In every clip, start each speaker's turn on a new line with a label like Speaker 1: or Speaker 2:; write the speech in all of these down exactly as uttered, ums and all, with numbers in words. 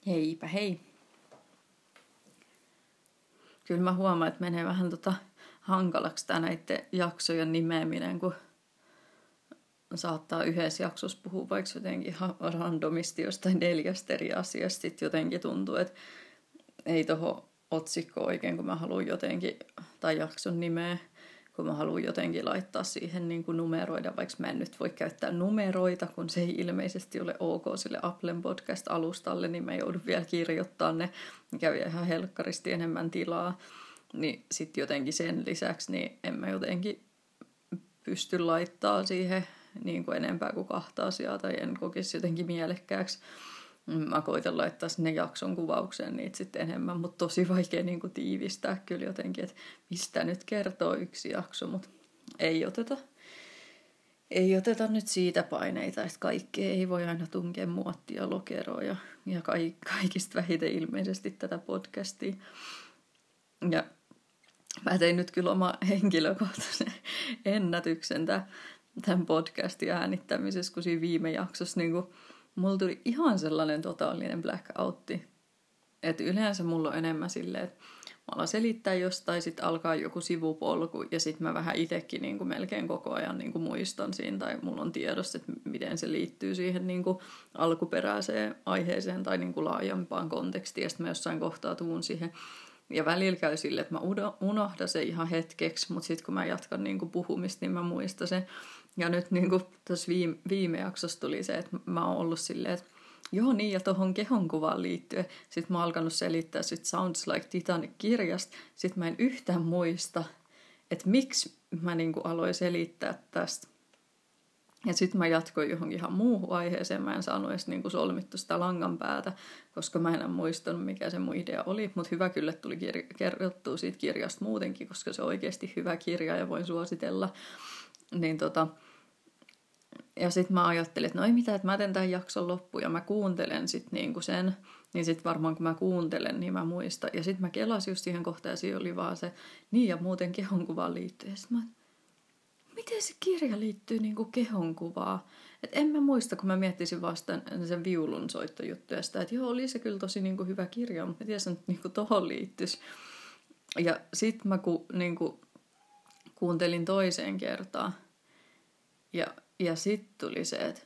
Speaker 1: Heipä hei. Kyllä mä huomaan, että menee vähän tota hankalaksi tää näiden jaksojen nimeäminen, kun saattaa yhdessä jaksossa puhua vaikka jotenkin ihan randomisti jostain neljästä eri asiasta. Sitten jotenkin tuntuu, että ei toho otsikko oikein, kun mä haluan jotenkin, tai jakson nimeä, kun mä haluan jotenkin laittaa siihen niin kuin numeroida, vaikka mä en nyt voi käyttää numeroita, kun se ei ilmeisesti ole ok sille Applen podcast-alustalle, niin mä joudun vielä kirjoittaa ne, mikä vie ihan helkkaristi enemmän tilaa. Niin sitten jotenkin sen lisäksi, niin en mä jotenkin pysty laittaa siihen niin kuin enempää kuin kahta asiaa, tai en kokisi jotenkin mielekkääksi. Mä koitan laittaa sinne jakson kuvaukseen niitä sitten enemmän, mutta tosi vaikea niin kuin tiivistää kyllä jotenkin, että mistä nyt kertoo yksi jakso, mutta ei oteta, ei oteta nyt siitä paineita, että kaikkea ei voi aina tunkea muottia lokeroa ja, ja kaikista vähiten ilmeisesti tätä podcastia. Ja mä tein nyt kyllä oma henkilökohtaisen ennätyksen tämän podcastin äänittämisessä, kun siinä viime jaksossa niin kuin mulla tuli ihan sellainen totaalinen blackoutti. Että yleensä mulla on enemmän silleen, että mä alan selittää jostain, sit alkaa joku sivupolku ja sit mä vähän itsekin niin kuin melkein koko ajan niin kuin muistan siinä tai mulla on tiedossa, että miten se liittyy siihen niin kuin alkuperäiseen aiheeseen tai niin kuin laajempaan kontekstiin ja sit mä jossain kohtaa tuun siihen. Ja välillä käy silleen, että mä unohdan se ihan hetkeksi, mutta sitten kun mä jatkan niin kuin puhumista, niin mä muistan sen. Ja nyt niin kuin tuossa viime, viime jaksossa tuli se, että mä oon ollut silleen, että joo niin, ja tuohon kehonkuvaan liittyen. Sitten mä oon alkanut selittää sit Sounds Like Titanic-kirjasta. Sitten mä en yhtään muista, että miksi mä niin kuin aloin selittää tästä. Ja sitten mä jatkoin johonkin ihan muuhun aiheeseen. Mä en saanut edes niin kuin solmittu sitä langan päätä, koska mä en muistanut, mikä se mun idea oli. Mutta hyvä kyllä tuli kir- kerrottua siitä kirjasta muutenkin, koska se on oikeasti hyvä kirja ja voin suositella. Niin tota... Ja sitten mä ajattelin, että no ei mitään, että mä teen tämän jakson loppuun ja mä kuuntelen sitten niinku sen. Niin sitten varmaan kun mä kuuntelen, niin mä muistan. Ja sitten mä kelasin just siihen kohtaan ja siinä oli vaan se, niin ja muuten kehonkuvaan liittyy. Ja sitten mä, miten se kirja liittyy niinku kehonkuvaan? Että en mä muista, kun mä miettisin vasta sen viulunsoittojuttuja sitä, että joo, oli se kyllä tosi niinku hyvä kirja, mutta mä tiesin, että niinku tohon liittyisi. Ja sitten mä ku, niinku, kuuntelin toiseen kertaan. Ja Ja sitten tuli se, että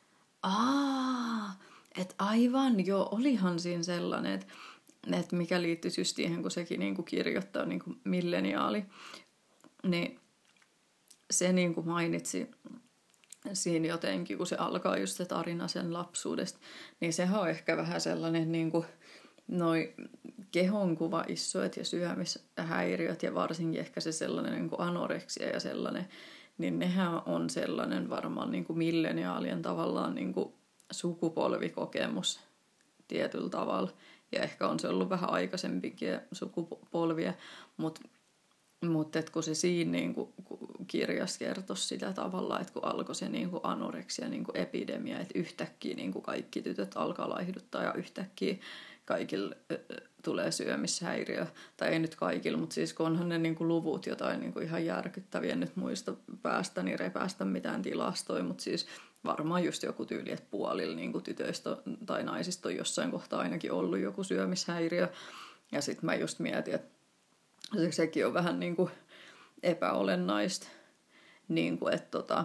Speaker 1: aah, että aivan, joo, olihan siinä sellainen, että, että mikä liittyisi just siihen, kun sekin niinku kirjoittaa niinku milleniaali, niin se niinku mainitsi siinä jotenkin, kun se alkaa just se tarina sen lapsuudesta, niin sehän on ehkä vähän sellainen niinku noi kehonkuvaissuet ja syömishäiriöt ja varsinkin ehkä se sellainen niinku anoreksia ja sellainen, niin nehän on sellainen varmaan niin kuin milleniaalien tavallaan niin kuin sukupolvikokemus tietyllä tavalla. Ja ehkä on se ollut vähän aikaisempikin sukupolvia, mutta mut kun se siinä niin kuin kirjassa kertoi sitä tavalla, että kun alkoi se niin kuin anoreksia niin kuin epidemia, että yhtäkkiä niin kuin kaikki tytöt alkaa laihduttaa ja yhtäkkiä kaikilla tulee syömishäiriö, tai ei nyt kaikilla, mutta siis kun onhan ne niin kuin luvut jotain niin kuin ihan järkyttäviä, nyt muista päästäni repästä mitään tilastoja, mutta siis varmaan just joku tyyli, että puolilla niin kuin tytöistä tai naisista on jossain kohtaa ainakin ollut joku syömishäiriö, ja sitten mä just mietin, että sekin on vähän niin kuin epäolennaista, niin kuin, että tota,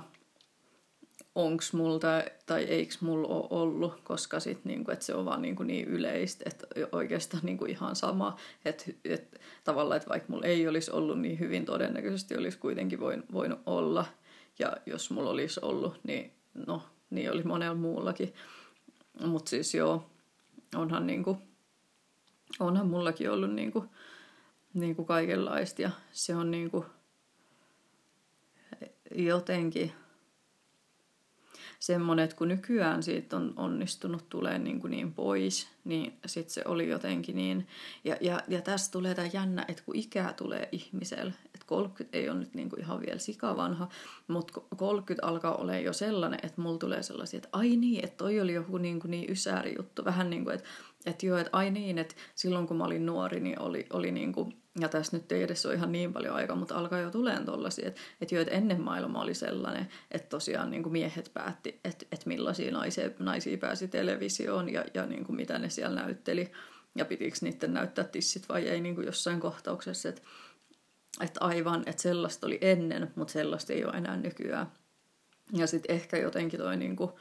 Speaker 1: onks multa tai eiks mulla ole ollut, koska sit niinku, et se on vaan niinku niin yleistä, että oikeastaan niinku ihan sama, että et, tavallaan, että vaikka mulla ei olisi ollut, niin hyvin todennäköisesti olisi kuitenkin voin, voinut olla, ja jos mulla olisi ollut, niin no, niin oli monella muullakin, mutta siis joo, onhan niinku, onhan mullakin ollut niinku, niinku kaikenlaista, ja se on niinku jotenkin semmoinen, että kun nykyään siitä on onnistunut tulee niin, kuin niin pois, niin sitten se oli jotenkin niin. Ja, ja, ja tässä tulee tämä jännä, että kun ikää tulee ihmisellä, että kolmekymmentä ei ole nyt niin kuin ihan vielä sikavanha, mutta kolmekymmentä alkaa olemaan jo sellainen, että mulla tulee sellaisia, että ai niin, että toi oli joku niin, kuin niin ysääri juttu. Vähän niin kuin, että, että joo, että ai niin, että silloin kun mä olin nuori, niin oli, oli niin kuin ja tässä nyt ei edes ole ihan niin paljon aikaa, mutta alkaa jo tulemaan tollaisia, että, että jo, että ennen maailma oli sellainen, että tosiaan niin kuin miehet päätti, että, että millaisia naisia, naisia pääsi televisioon ja, ja niin kuin mitä ne siellä näytteli, ja pitikö niiden näyttää tissit vai ei niin kuin jossain kohtauksessa, että, että aivan, että sellaista oli ennen, mutta sellaista ei ole enää nykyään. Ja sitten ehkä jotenkin toi niin kuin,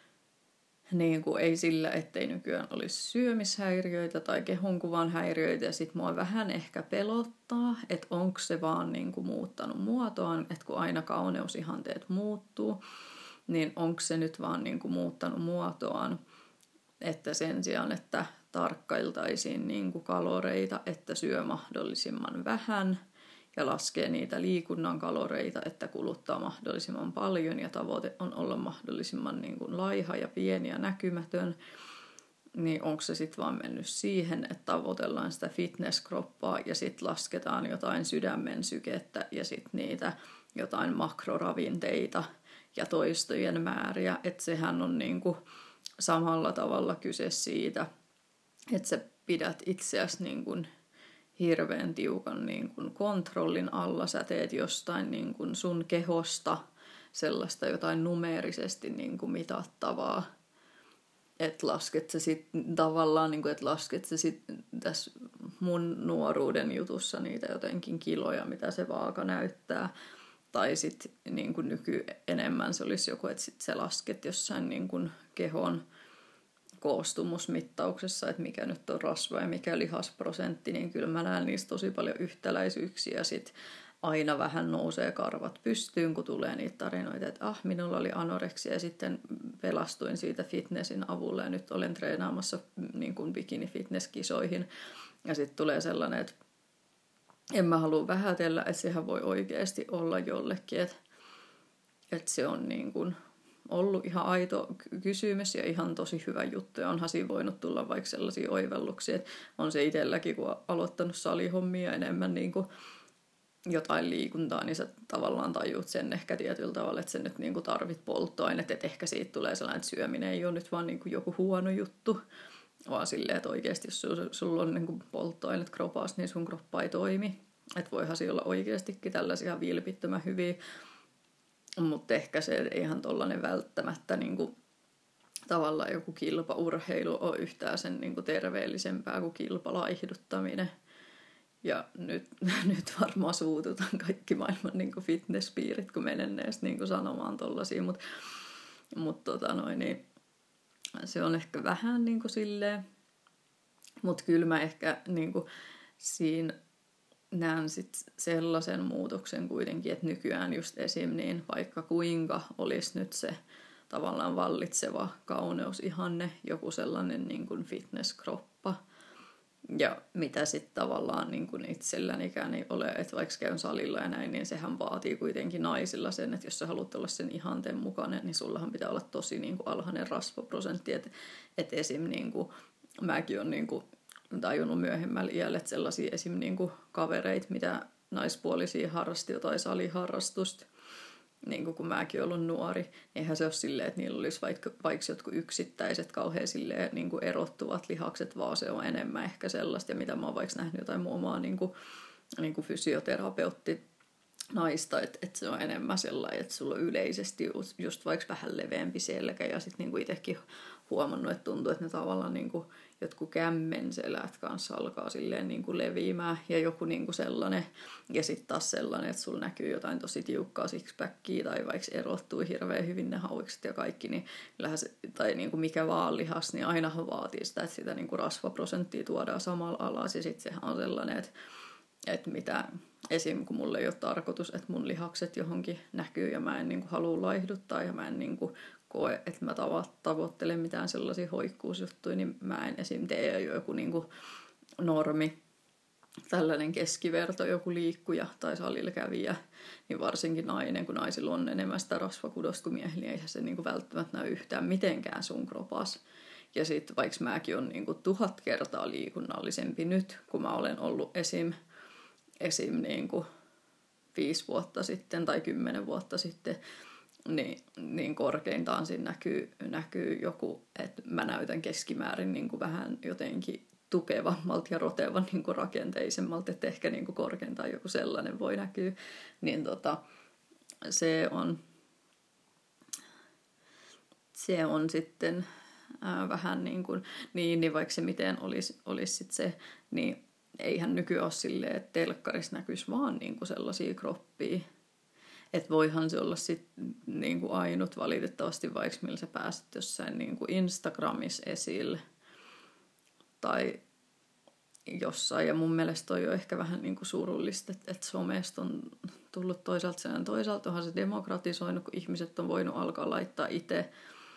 Speaker 1: niin kuin ei sillä, ettei nykyään olisi syömishäiriöitä tai kehonkuvan häiriöitä, ja sit mua vähän ehkä pelottaa, että onko se vaan niin kuin muuttanut muotoaan, että kun aina kauneusihanteet muuttuu, niin onko se nyt vaan niin kuin muuttanut muotoaan, että sen sijaan, että tarkkailtaisiin niin kuin kaloreita, että syö mahdollisimman vähän, ja laskee niitä liikunnan kaloreita, että kuluttaa mahdollisimman paljon ja tavoite on olla mahdollisimman niin kuin laiha ja pieni ja näkymätön, niin onko se sitten vaan mennyt siihen, että tavoitellaan sitä fitnesskroppaa ja sitten lasketaan jotain sydämen sykettä ja sitten niitä jotain makroravinteita ja toistojen määriä, että sehän on niin kuin samalla tavalla kyse siitä, että sä pidät itseäsi niin kuin hirveän tiukan niin kuin kontrollin alla, sä teet jostain niin kuin sun kehosta sellaista jotain numeerisesti niin kuin mitattavaa, että lasket sä sit tavallaan, niin kuin, että lasket sä sit tässä mun nuoruuden jutussa niitä jotenkin kiloja, mitä se vaaka näyttää, tai sitten niin kuin nyky enemmän se olisi joku, että sit sä lasket jossain niin kuin kehon koostumusmittauksessa, että mikä nyt on rasva ja mikä lihasprosentti, niin kyllä mä näen niistä tosi paljon yhtäläisyyksiä. Sitten aina vähän nousee karvat pystyyn, kun tulee niitä tarinoita, että ah, minulla oli anoreksia ja sitten pelastuin siitä fitnessin avulla ja nyt olen treenaamassa niin kuin bikini-fitnesskisoihin. Ja sitten tulee sellainen, että en mä halua vähätellä, että sehän voi oikeasti olla jollekin, että, että se on niin kuin ollut ihan aito kysymys ja ihan tosi hyvä juttu. Ja onhan siinä voinut tulla vaikka sellaisia oivalluksia, että on se itselläkin, kun on aloittanut salihommia enemmän niin kuin jotain liikuntaa, niin sä tavallaan tajuut sen ehkä tietyllä tavalla, että sä nyt niin kuin tarvit polttoainet, että ehkä siitä tulee sellainen, että syöminen ei ole nyt vaan niin kuin joku huono juttu, vaan silleen, että oikeasti jos sulla on niin kuin polttoainet kropaassa, niin sun kroppa ei toimi. Että voihan siellä olla oikeastikin tällaisia vilpittömän hyviä. Mutta ehkä se ei ihan tollainen välttämättä niin kuin, tavallaan joku kilpaurheilu on yhtään sen niin kuin terveellisempää kuin kilpalaihduttaminen. Ja nyt, nyt varmaan suututaan kaikki maailman niin kuin fitnesspiirit, kun menen näistä niin kuin sanomaan tollaisia. Mutta mut, tota niin, se on ehkä vähän niin kuin silleen. Mutta kyllä mä ehkä niin kuin, siinä näen sit sellaisen muutoksen kuitenkin, että nykyään just esim. Niin vaikka kuinka olisi nyt se tavallaan vallitseva kauneusihanne, joku sellainen niin kuin fitnesskroppa, ja mitä sitten tavallaan niin kuin itsellänikään ei ole, että vaikka käyn salilla ja näin, niin sehän vaatii kuitenkin naisilla sen, että jos sä haluat olla sen ihanteen mukainen, niin sullahan pitää olla tosi niin kuin alhainen rasvaprosentti, että et esim. Niin kuin, mäkin olen niin kuin tajunnut myöhemmällä iällä, että sellaisia esim. Niin kuin kavereita, mitä naispuolisia harrasti jotain saliharrastusta, niin kuin kun mäkin olen ollut nuori, niin eihän se ole silleen, että niillä olisi vaikka, vaikka jotkut yksittäiset kauhean silleen, niin kuin erottuvat lihakset, vaan se on enemmän ehkä sellaista, ja mitä mä oon vaikka nähnyt jotain mun omaa niin kuin, niin kuin fysioterapeutti naista, että, että se on enemmän sellainen, että sulla on yleisesti just vaikka vähän leveämpi selkä, ja sitten niin itsekin huomannut, että tuntuu, että ne tavallaan niin kuin jotkut kämmenselät kanssa alkaa silleen niin kuin leviämään, ja joku niin kuin sellainen, ja sitten taas sellainen, että sulla näkyy jotain tosi tiukkaa sixpackia, tai vaikka erottuu hirveän hyvin ne hauikset ja kaikki, niin se, tai niin kuin mikä vaan lihas, niin ainahan vaatii sitä, että sitä niin kuin rasvaprosenttia tuodaan samalla alas, ja sitten sehän on sellainen, että että mitä esim. Kun mulla ei ole tarkoitus, että mun lihakset johonkin näkyy ja mä en niin kuin halua laihduttaa ja mä en niin kuin koe, että mä tavo- tavoittelen mitään sellaisia hoikkuusjuttuja, niin mä en esim. Tee joku niin kuin normi, tällainen keskiverto, joku liikkuja tai salilla kävijä, niin varsinkin nainen, kun naisilla on enemmän sitä rasvakudosta kuin miehillä, niin eihän se niin kuin välttämättä näy yhtään mitenkään sun kropas. Ja sitten vaikka mäkin on niin kuin tuhat kertaa liikunnallisempi nyt, kun mä olen ollut esim. esim. Niin kuin viisi vuotta sitten tai kymmenen vuotta sitten, niin, niin korkeintaan siinä näkyy, näkyy joku, että mä näytän keskimäärin niin kuin vähän jotenkin tukevammalta ja rotevan niin kuin rakenteisemmalta, että ehkä niin kuin korkeintaan joku sellainen voi näkyä, niin tota, se on se on sitten ää, vähän niin kuin, niin, niin vaikka se miten olisi, olisi sit se, niin eihän nykyään ole silleen, että telkkarissa näkyisi vaan niin kuin sellaisia kroppia. Että voihan se olla sitten niin kuin ainut valitettavasti, vaikka millä sä pääset jossain niin kuin Instagramissa esille tai jossain. Ja mun mielestä toi on ehkä vähän niin kuin surullista, että, että somesta on tullut toisaalta sen. Toisaalta onhan se demokratisoinut, kun ihmiset on voinut alkaa laittaa itse,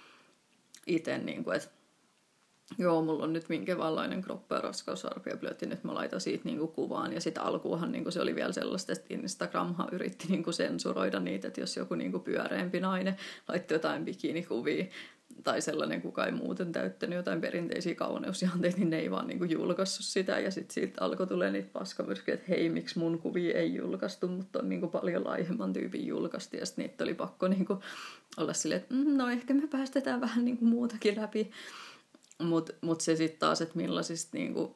Speaker 1: itse niin kuin, että joo, mulla on nyt minkälainen kroppa ja raskausarpia blöt, ja nyt mä laitan siitä niinku kuvaan. Ja sitten alkuunhan niinku se oli vielä sellaista, että Instagramhan yritti niinku sensuroida niitä, että jos joku niinku pyöreämpi nainen laittoi jotain bikinikuvia tai sellainen, kuka ei muuten täyttänyt jotain perinteisiä kauneusihanteita, niin ne ei vaan niinku julkaissut sitä. Ja sitten siitä alkoi tulee niitä paskamyrskyjä, että hei, miksi mun kuvia ei julkaistu, mutta on niinku paljon laihemman tyypin julkaistu. Ja sitten niitä oli pakko niinku olla silleen, että mm, no ehkä me päästetään vähän niinku muutakin läpi. Mutta mut se sitten taas, että millaisista niinku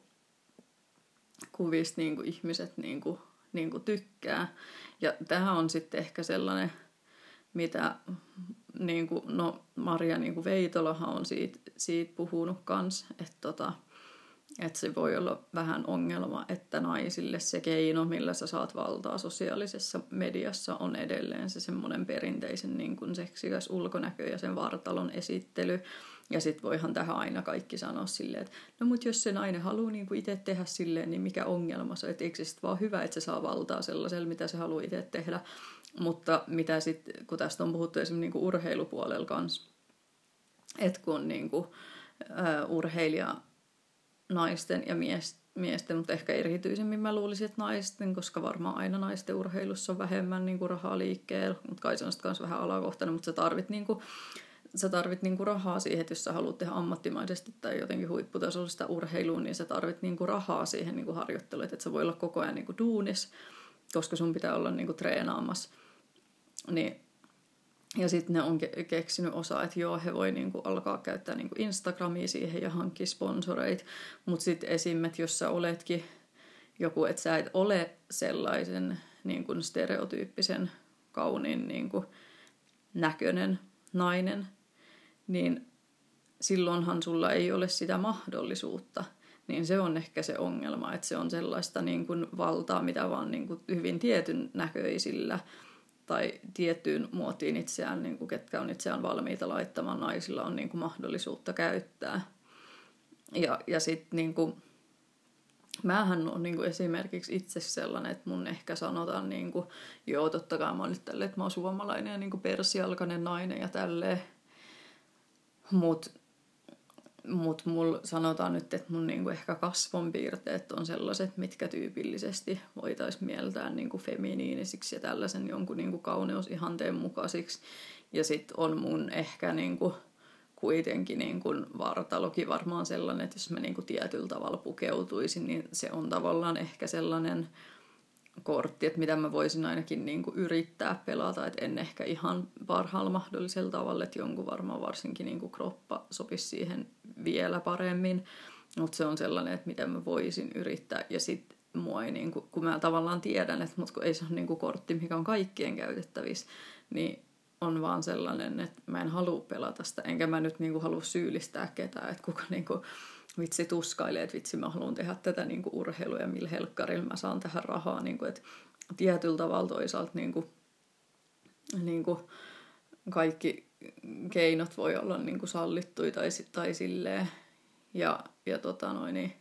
Speaker 1: kuvista niinku ihmiset niinku, niinku tykkää. Ja tähän on sitten ehkä sellainen, mitä niinku, no Maria niinku Veitolahan on siitä, siitä puhunut kans, että tota, et se voi olla vähän ongelma, että naisille se keino, millä sä saat valtaa sosiaalisessa mediassa, on edelleen se semmoinen perinteisen niinku seksikäs ulkonäkö ja sen vartalon esittely. Ja sit voihan tähän aina kaikki sanoa silleen, että no mut jos se nainen haluaa niinku itse tehdä silleen, niin mikä ongelma se on, että eikö se sit vaan hyvä, että se saa valtaa sellaisella, mitä se haluaa itse tehdä. Mutta mitä sitten, kun tästä on puhuttu esimerkiksi niinku urheilupuolella kanssa, että kun niinku, uh, urheilija naisten ja mies, miesten, mutta ehkä erityisemmin mä luulisin, että naisten, koska varmaan aina naisten urheilussa on vähemmän niinku rahaa liikkeellä, mutta kai se on sitten myös vähän alakohtainen, mutta sä tarvit niinku Sä tarvit niinku rahaa siihen, että jos sä haluat tehdä ammattimaisesti tai jotenkin huipputasollista urheilua, niin sä tarvit niinku rahaa siihen niinku harjoitteluun, että et sä voi olla koko ajan niinku duunis, koska sun pitää olla niinku treenaamassa. Niin, ja sitten ne on ke- keksinyt osa, että joo, he voi niinku alkaa käyttää niinku Instagramia siihen ja hankkia sponsoreita, mutta sitten esimerkiksi, jos sä oletkin joku, että sä et ole sellaisen niinku stereotyyppisen kauniin niinku näköinen nainen, niin silloinhan sulla ei ole sitä mahdollisuutta. Niin se on ehkä se ongelma, että se on sellaista niin kuin valtaa, mitä vaan niin kuin hyvin tietyn näköisillä tai tiettyyn muotiin itseään, niin kuin ketkä on itseään valmiita laittamaan, naisilla on niin kuin mahdollisuutta käyttää. Ja, ja sitten niin kuin, mähän on niin kuin esimerkiksi itse sellainen, että mun ehkä sanotaan, niin kuin, joo totta kai mä oon nyt tälleen, että mä oon suomalainen ja niin kuin persialkainen nainen ja tälleen. Mutta mut mulla sanotaan nyt, että mun niinku ehkä kasvonpiirteet on sellaiset, mitkä tyypillisesti voitaisiin mieltää niinku feminiinisiksi ja tällaisen jonkun niinku kauneusihanteen mukaisiksi. Ja sitten on mun ehkä niinku kuitenkin niinku vartalokin varmaan sellainen, että jos mä niinku tietyllä tavalla pukeutuisin, niin se on tavallaan ehkä sellainen kortti, että mitä mä voisin ainakin niinku yrittää pelata, että en ehkä ihan parhaalla mahdollisella tavalla, että jonkun varmaan varsinkin niinku kroppa sopisi siihen vielä paremmin, mutta se on sellainen, että mitä mä voisin yrittää, ja sitten mua ei, niinku, kun mä tavallaan tiedän, että mut kun ei se ole niinku kortti, mikä on kaikkien käytettävissä, niin on vaan sellainen, että mä en halua pelata sitä, enkä mä nyt niinku halua syyllistää ketään, että kuka niinku vitsi tuskailee, että vitsi mä haluan tehdä tätä niinku urheilua ja millä helkkarilla mä saan tähän rahaa. Niinku, että tietyllä tavalla toisaalta niinku, niinku kaikki keinot voi olla niinku sallittuja tai, tai silleen. Ja, ja tota noin, niin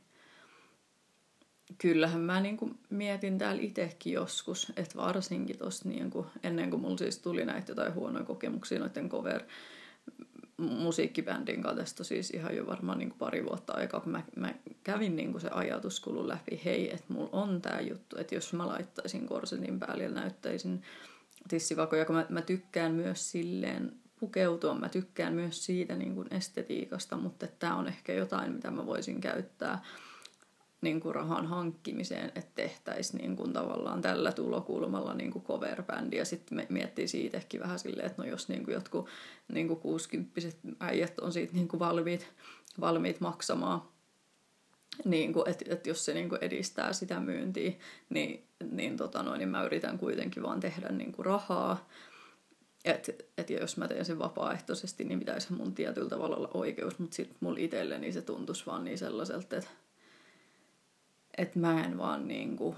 Speaker 1: kyllähän mä niinku mietin täällä itsekin joskus, että varsinkin tossa niinku, ennen kuin mulla siis tuli näitä jotain huonoja kokemuksia noiden cover musiikkibändin kanssa, tästä siis ihan jo varmaan niin kuin pari vuotta aikaa, kun mä, mä kävin niin kuin se ajatuskulun läpi, hei, että mulla on tää juttu, että jos mä laittaisin korsetin päälle ja näyttäisin tissivakoja, kun mä, mä tykkään myös silleen pukeutua, mä tykkään myös siitä niin kuin estetiikasta, mutta tää on ehkä jotain, mitä mä voisin käyttää niin kuin rahan hankkimiseen, että tehtäisiin niin kuin tavallaan tällä tulokulmalla niin kuin cover-bändi. Ja sitten miettii siitäkin vähän silleen, että no jos niin kuin jotkut niin kuin kuusikymppiset äijät on siitä niin kuin valmiit, valmiit maksamaan, niin kuin, että, että jos se niin kuin edistää sitä myyntiä, niin, niin, tota noin, niin mä yritän kuitenkin vaan tehdä niin kuin rahaa. Että et jos mä teen sen vapaaehtoisesti, niin pitäisi mun tietyllä tavalla olla oikeus, mutta sitten mulla itselleni se tuntuisi vaan niin sellaiselta, että, että mä en vaan niin kuin,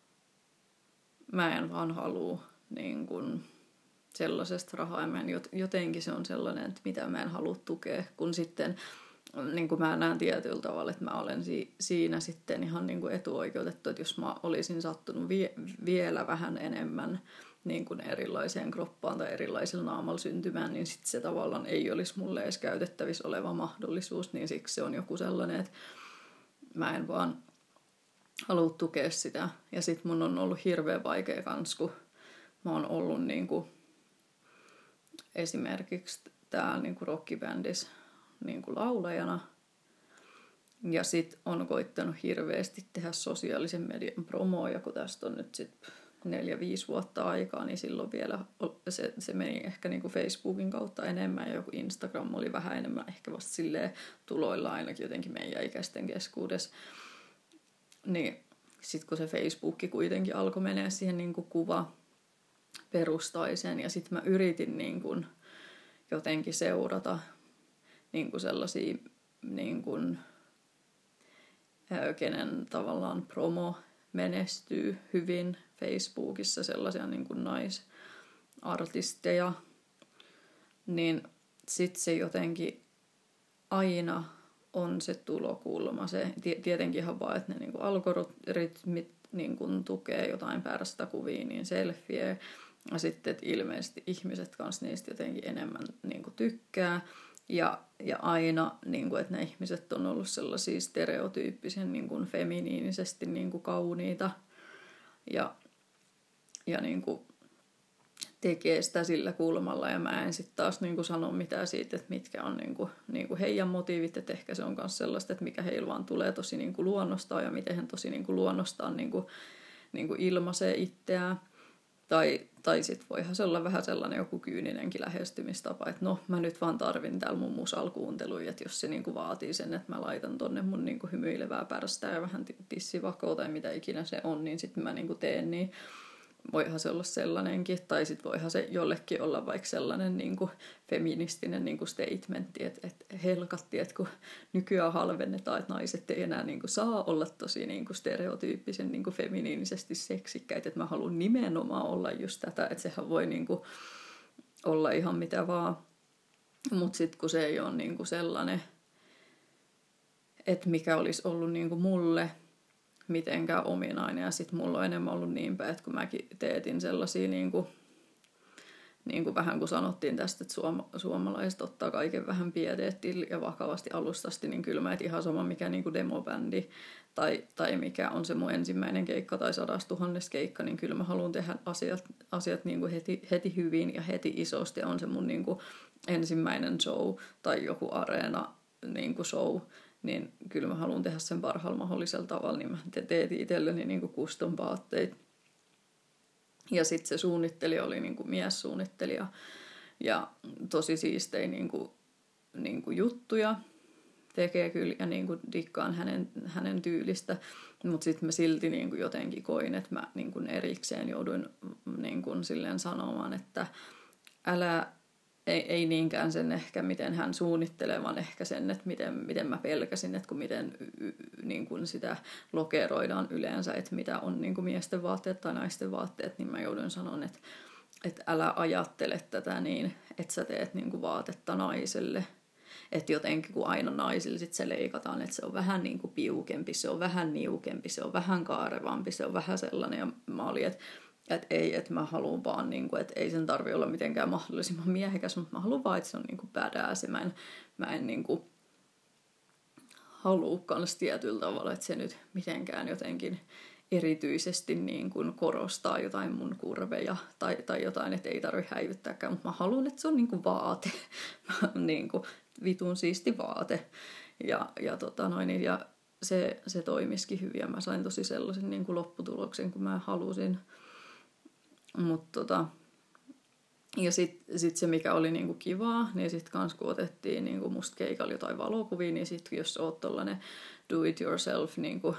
Speaker 1: mä en vaan halua niin kuin sellaisesta rahaa, ja mä en, jotenkin se on sellainen, että mitä mä en halua tukea, kun sitten niin kuin mä näen tietyllä tavalla, että mä olen si- siinä sitten ihan niin kuin etuoikeutettu, että jos mä olisin sattunut vie- vielä vähän enemmän niin kuin erilaiseen kroppaan tai erilaisella naamalla syntymään, niin sitten se tavallaan ei olisi mulle edes käytettävissä oleva mahdollisuus, niin siksi se on joku sellainen, että mä en vaan halua tukea sitä. Ja sitten mun on ollut hirveän vaikea kans, kun mä oon ollut niin kuin esimerkiksi täällä niin kuin rockibändissä niin kuin laulajana. Ja sit on koittanut hirveästi tehdä sosiaalisen median promoa, ja kun tästä on nyt sit neljä, viisi vuotta aikaa, niin silloin vielä se, se meni ehkä niin kuin Facebookin kautta enemmän, ja joku Instagram oli vähän enemmän ehkä vasta silleen tuloilla ainakin jotenkin meidän ikäisten keskuudessa. Niin sit kun se Facebook kuitenkin alkoi menee siihen niin kuin kuva perustaiseen, ja sit mä yritin niin kuin jotenkin seurata niin kuin sellaisia, niin kuin, kenen tavallaan promo menestyy hyvin Facebookissa, sellaisia niin kuin naisartisteja, niin sitten se jotenkin aina on se tulokulma. Se, tietenkin ihan vaan, että ne niin kuin algoritmit niin kuin tukee jotain päästä kuvia, niin selfie, ja sitten, että ilmeisesti ihmiset kanssa niistä jotenkin enemmän niin kuin tykkää. Ja, ja aina, niin kuin, että ne ihmiset on ollut sellaisia stereotyyppisen niin kuin feminiinisesti niin kuin kauniita. Ja, ja niin kuin tekee sitä sillä kulmalla. Ja mä en sitten taas niin kuin sano mitään siitä, että mitkä on niin kuin, niin kuin heidän motiivit. Että ehkä se on myös sellaista, että mikä heillä vaan tulee tosi niin kuin luonnostaan ja miten he tosi niin kuin luonnostaan niin kuin, niin kuin ilmaisee itseään. Tai, tai sitten voihan se olla vähän sellainen joku kyyninenkin lähestymistapa, että no mä nyt vaan tarvin täällä mun musalkuunteluja, että jos se niinku vaatii sen, että mä laitan tonne mun niinku hymyilevää pärstää ja vähän tissivakoa tai mitä ikinä se on, niin sitten mä niinku teen, niin voihan se olla sellainenkin. Tai sitten voihan se jollekin olla vaikka sellainen niinku feministinen niinku statementti, että et helkatti, että kun nykyään halvennetaan, että naiset ei enää niinku saa olla tosi niinku stereotyyppisen niinku feminiinisesti seksikkäitä, että mä haluan nimenomaan olla just tätä, että sehän voi niinku olla ihan mitä vaan. Mutta sitten kun se ei ole niinku sellainen, että mikä olisi ollut niinku mulle mitenkään ominainen. Ja sitten mulla on enemmän ollut niin päin, että kun mäkin teetin sellaisia, niin kuin, niin kuin vähän kun sanottiin tästä, että suoma, suomalaiset ottaa kaiken vähän pieteettiin ja vakavasti alustasti, niin kyllä mä et ihan sama mikä niin kuin demobändi tai, tai mikä on se mun ensimmäinen keikka tai sadastuhannes keikka, niin kyllä mä haluan tehdä asiat, asiat niin kuin heti, heti hyvin ja heti isosti. Ja on se mun niin kuin ensimmäinen show tai joku areena niin kuin show, niin kyllä mä haluan tehdä sen parhaalla mahdollisella tavalla, niin mä teetin itselleni niin kuin custom-vaatteita. Ja sitten se suunnittelija oli niin kuin miessuunnittelija ja tosi siistejä niin kuin, niin kuin juttuja tekee kyllä ja niin kuin dikkaan hänen, hänen tyylistä, mutta sitten mä silti niin kuin jotenkin koin, että mä niin kuin erikseen jouduin niin kuin silleen sanomaan, että älä Ei, ei niinkään sen ehkä, miten hän suunnittelee, vaan ehkä sen, että miten, miten mä pelkäsin, että kun miten niin kun sitä lokeroidaan yleensä, että mitä on niin kun miesten vaatteet tai naisten vaatteet, niin mä joudun sanomaan, että, että älä ajattele tätä niin, että sä teet niin kun vaatetta naiselle. Että jotenkin kun aina naisille sit se leikataan, että se on vähän niin kuin piukempi, se on vähän niukempi, se on vähän kaarevampi, se on vähän sellainen. Ja mä olin, että Että ei, että mä haluan vaan, niin kuin, että ei sen tarvitse olla mitenkään mahdollisimman miehekäs, mutta mä haluan vaan, että se on niin kuin badass. Mä en, mä en niin kuin halua kans tietyllä tavalla, että se nyt mitenkään jotenkin erityisesti niin kuin korostaa jotain mun kurveja tai, tai jotain, että ei tarvitse häivyttääkään, mutta mä haluan, että se on niin kuin vaate, niin kuin vitun siisti vaate. Ja, ja, tota noin, ja se, se toimisikin hyvin ja mä sain tosi sellaisen niin kuin lopputuloksen, kun mä halusin. Mutta tota, Ja sitten sit se, mikä oli niinku kivaa, niin sitten kans kun otettiin niinku musta keikalla jotain valokuvia, niin sitten jos oot tollanen do it yourself niinku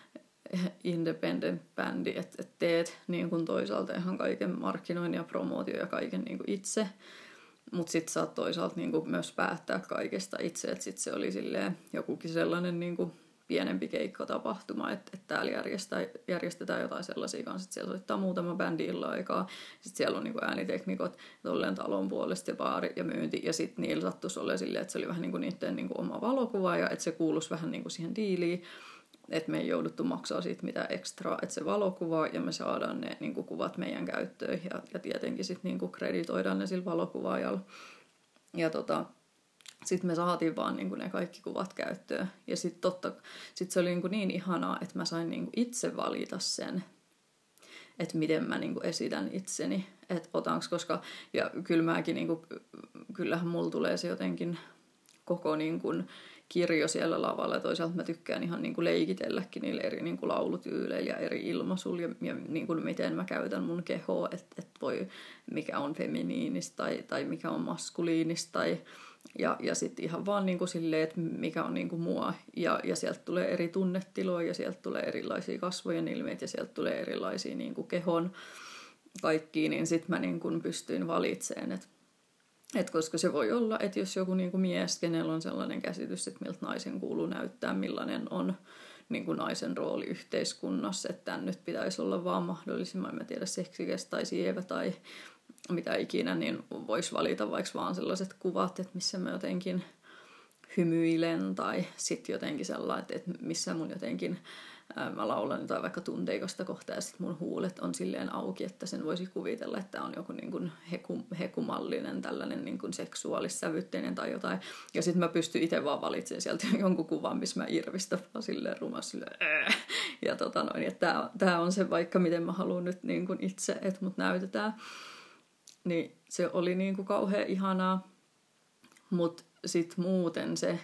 Speaker 1: independent bändi, että et teet niin kuin toisaalta ihan kaiken markkinoinnin ja promootio ja kaiken niin kuin itse, mutta sitten saat toisaalta niin kuin myös päättää kaikesta itse, että sitten se oli silleen jokukin sellainen niin kuin pienempi keikkatapahtuma, että, että täällä järjestetään, järjestetään jotain sellaisia kanssa, että siellä soittaa muutama bändi illan aikaa, sitten siellä on niin kuin ääniteknikot, tolleen talon puolesta ja baari ja myynti, ja sitten niillä sattuisi olla silleen, että se oli vähän niin kuin niiden niin kuin oma valokuva, ja että se kuuluisi vähän niin kuin siihen diiliin, että me ei jouduttu maksaa siitä mitään ekstraa, että se valokuva ja me saadaan ne niin kuin, kuvat meidän käyttöön ja, ja tietenkin sitten niin kuin, kreditoidaan ne sillä valokuvaajalla. Ja tota, sitten me saatiin vaan niin kuin, ne kaikki kuvat käyttöön. Ja sitten totta, sit se oli niin, kuin, niin ihanaa, että mä sain niin kuin, itse valita sen, että miten mä niin kuin, esitän itseni, että otanko, koska ja kyllä mäkin, niin kuin, kyllähän mulla tulee se jotenkin koko niin kuin, kirjo siellä lavalla ja toisaalta mä tykkään ihan niin kuin leikitelläkin niillä eri niin kuin laulutyyleillä ja eri ilmaisuilla ja, ja niin kuin miten mä käytän mun kehoa, että et voi mikä on feminiinistä tai, tai mikä on maskuliinista tai, ja, ja sitten ihan vaan niin kuin silleen, että mikä on niin kuin mua ja, ja sieltä tulee eri tunnetiloja ja sieltä tulee erilaisia kasvojen ilmeitä ja sieltä tulee erilaisia niin kuin kehon kaikkia, niin sitten mä niin kuin pystyin valitsemaan, että Et koska se voi olla, että jos joku niinku mies, kenellä on sellainen käsitys, että miltä naisen kuuluu näyttää, millainen on niinku naisen rooli yhteiskunnassa, että tämän nyt pitäisi olla vaan mahdollisimman, en mä tiedä, seksikäs tai sievä tai mitä ikinä, niin voisi valita vaikka vaan sellaiset kuvat, että missä mä jotenkin hymyilen tai sitten jotenkin sellainen, että missä mun jotenkin mä laulan jotain vaikka tunteikosta kohtaa ja sitten mun huulet on silleen auki, että sen voisi kuvitella, että on joku niin kuin heku, hekumallinen tällainen niin kuin seksuaalissävytteinen tai jotain. Ja sitten mä pystyn itse vaan valitsemaan sieltä jonkun kuvan, missä mä irvistän vaan silleen rumassa silleen äh. Ja tota noin, että tää on se vaikka miten mä haluan nyt niin kuin itse, että mut näytetään. Niin se oli niin kuin kauhean ihanaa, mut sit muuten se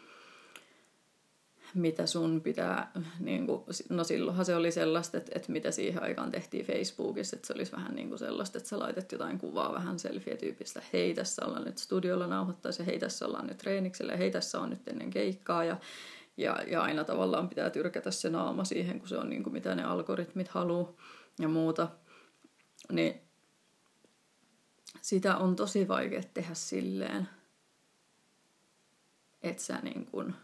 Speaker 1: mitä sun pitää, niin kuin, no silloinhan se oli sellaista, että, että mitä siihen aikaan tehtiin Facebookissa, että se olisi vähän niin kuin sellaista, että sä laitat jotain kuvaa vähän selfie-tyypistä, hei tässä ollaan nyt studiolla nauhoittaisi ja hei tässä ollaan nyt treeniksellä ja hei tässä on nyt ennen keikkaa ja, ja, ja aina tavallaan pitää tyrkätä se naama siihen, kun se on niin kuin mitä ne algoritmit haluaa ja muuta, niin sitä on tosi vaikea tehdä silleen, että sä niin kuin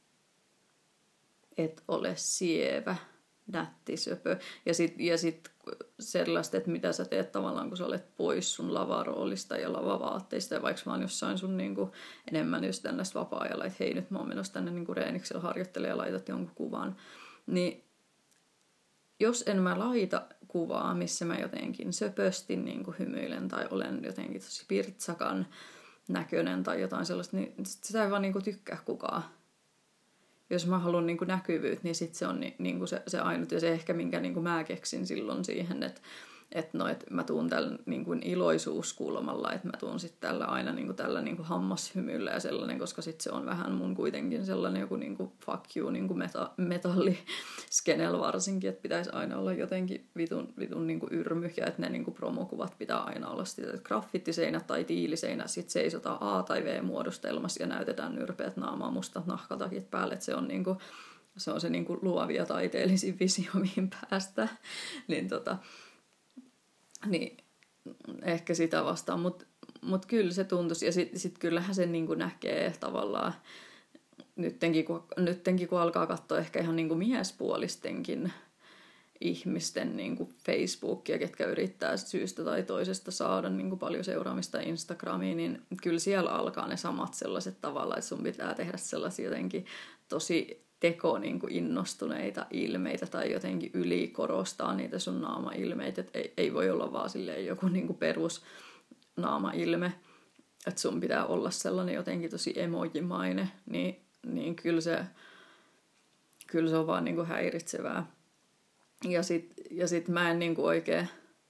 Speaker 1: et ole sievä, nätti, söpö. Ja sitten ja sit sellaista, että mitä sä teet tavallaan, kun sä olet pois sun lavaroolista ja lavavaatteista, ja vaikka vaan jossain sun niinku, enemmän just tällaista vapaa-ajalla, että hei nyt mä oon menossa tänne niinku reeniksellä harjoittelemaan ja laitat jonkun kuvan. Niin jos en mä laita kuvaa, missä mä jotenkin söpösti niinku hymyilen tai olen jotenkin tosi pirtsakan näköinen tai jotain sellaista, niin sitä ei vaan niinku tykkää kukaan. Jos mä haluan niin kuin näkyvyyttä, niin sit se on ni, niin kuin se, se ainut ja se ehkä, minkä niin kuin mä keksin silloin siihen, että et no, et mä tuun tällä niin kuin iloisuuskulmalla, että mä tuun sitten tällä aina niin kuin tällä niin kuin hammashymyllä ja sellainen, koska sitten se on vähän mun kuitenkin sellainen joku niin kuin fuck you niin kuin meta, metalliskenellä varsinkin, että pitäisi aina olla jotenkin vitun, vitun niin kuin yrmy ja että ne niin kuin promokuvat pitää aina olla sitä, että graffitiseinä tai tiiliseinä sitten seisotaan A- tai V-muodostelmassa ja näytetään nyrpeät naamaa, mustat nahkatakit päälle, että se on niin kuin, se on se niin kuin luovia taiteellisin visio, mihin päästä, niin tota niin ehkä sitä vastaan, mutta mut kyllä se tuntuisi, ja sitten sit kyllähän se niinku näkee tavallaan, nyttenkin kun, nyttenkin kun alkaa katsoa ehkä ihan niinku miespuolistenkin ihmisten niinku Facebookia, ketkä yrittää syystä tai toisesta saada niinku paljon seuraamista Instagramiin, niin kyllä siellä alkaa ne samat sellaiset tavalla, että sun pitää tehdä sellaisia jotenkin tosi teko niin kuin innostuneita ilmeitä tai jotenkin ylikorostaa niitä sun naama-ilmeitä. Et ei, ei voi olla vaan silleen joku niin kuin perus naama-ilme, että sun pitää olla sellainen jotenkin tosi emojimainen, niin, niin kyllä, se, kyllä se on vaan niin kuin häiritsevää. Ja sit, ja sit mä en niin kuin oikein,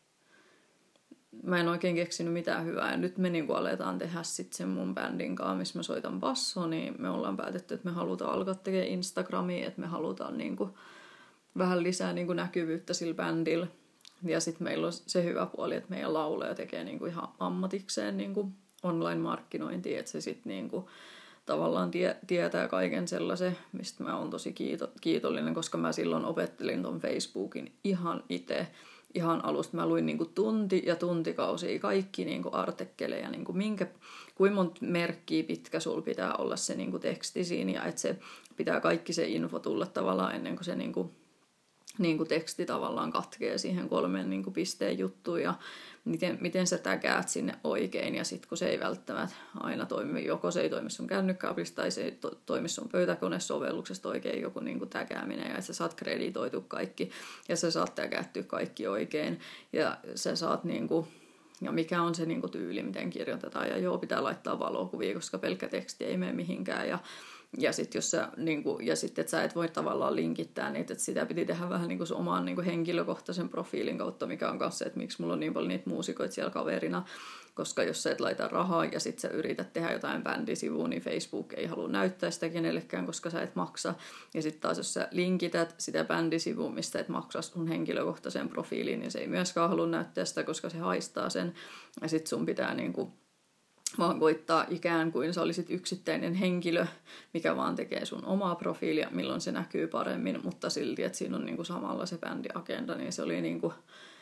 Speaker 1: mä en oikein keksinyt mitään hyvää. Ja nyt me niin kuin aletaan tehdä sit sen mun bändin kanssa, missä mä soitan bassoa, niin me ollaan päätetty, että me halutaan alkaa tekemään Instagramia, että me halutaan niin kuin vähän lisää niin kuin näkyvyyttä sillä bändillä. Ja sitten meillä on se hyvä puoli, että meidän laulaja tekee niinku ihan ammatikseen niinku online-markkinointia, että se sitten niinku tavallaan tie, tietää kaiken sellaisen, mistä mä oon tosi kiito, kiitollinen, koska mä silloin opettelin ton Facebookin ihan itse. Ihan alusta mä luin niinku tunti ja tuntikausia kaikki niinku artikkeleja, niinku minkä, kuinka monta merkkiä pitkä sul pitää olla se niinku teksti siinä, ja että se pitää kaikki se info tulla tavallaan ennen kuin se niinku, niinku teksti tavallaan katkee siihen kolmen niinku pisteen juttuun, ja miten, miten sä täkäät sinne oikein, ja sitten kun se ei välttämättä aina toimi, joko se ei toimi sun kännykkäapista tai se ei to, toimi sun pöytäkonesovelluksesta oikein joku niinku täkääminen, ja että sä saat kreditoitu kaikki, ja sä saat täkättyä kaikki oikein, ja sä saat niinku, ja mikä on se niinku tyyli, miten kirjoitetaan, ja joo, pitää laittaa valokuvia, koska pelkkä teksti ei mene mihinkään, ja Ja sitten jos sä, niinku, ja sitten, että sä et voi tavallaan linkittää niitä, että sitä piti tehdä vähän niinku sun oman niinku henkilökohtaisen profiilin kautta, mikä on kanssa se, että miksi mulla on niin paljon niitä muusikoita siellä kaverina, koska jos sä et laita rahaa ja sitten sä yrität tehdä jotain bändisivua, niin Facebook ei halua näyttää sitä kenellekään, koska sä et maksa. Ja sitten taas jos sä linkität sitä bändisivua, mistä et maksa sun henkilökohtaisen profiiliin, niin se ei myöskään halua näyttää sitä, koska se haistaa sen. Ja sitten sun pitää niinku vaan koittaa ikään kuin sä olisit yksittäinen henkilö, mikä vaan tekee sun omaa profiilia, milloin se näkyy paremmin, mutta silti, että siinä on niinku samalla se bändiagenda, niin se oli niinku,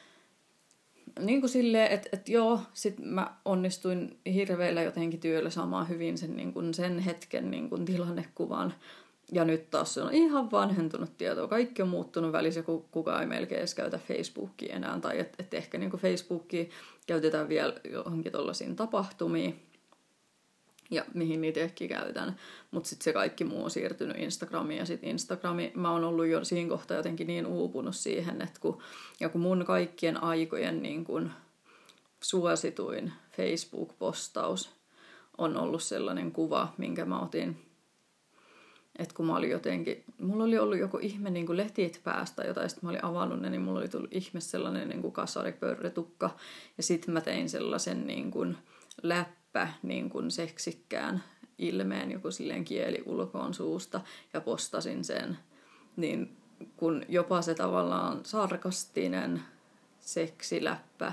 Speaker 1: niinku silleen, että et joo, sit mä onnistuin hirveillä jotenkin työllä saamaan hyvin sen, niinku sen hetken niinku tilannekuvan, ja nyt taas se on ihan vanhentunut tietoa. Kaikki on muuttunut välissä, kun kukaan ei melkein edes käytä Facebookia enää. Tai että et ehkä niin kuin Facebookia käytetään vielä johonkin tuollaisiin tapahtumiin. Ja mihin niitä ehkä käytän. Mutta sitten se kaikki muu on siirtynyt Instagramiin. Ja sitten Instagrami, mä oon ollut jo siinä kohtaa jotenkin niin uupunut siihen, että kun, ja kun mun kaikkien aikojen niin kun suosituin Facebook-postaus on ollut sellainen kuva, minkä mä otin. Että kun mä olin jotenkin, mulla oli ollut joku ihme niin kuin lehtit päästä jotain, sitten mä olin avannut ne, niin mulla oli tullut ihme sellainen niin kuin kasaripörretukka. Ja sitten mä tein sellaisen niin kuin läppä, niin kuin seksikkään ilmeen, joku silleen kieli ulkoon suusta, ja postasin sen. Niin kun jopa se tavallaan sarkastinen seksiläppä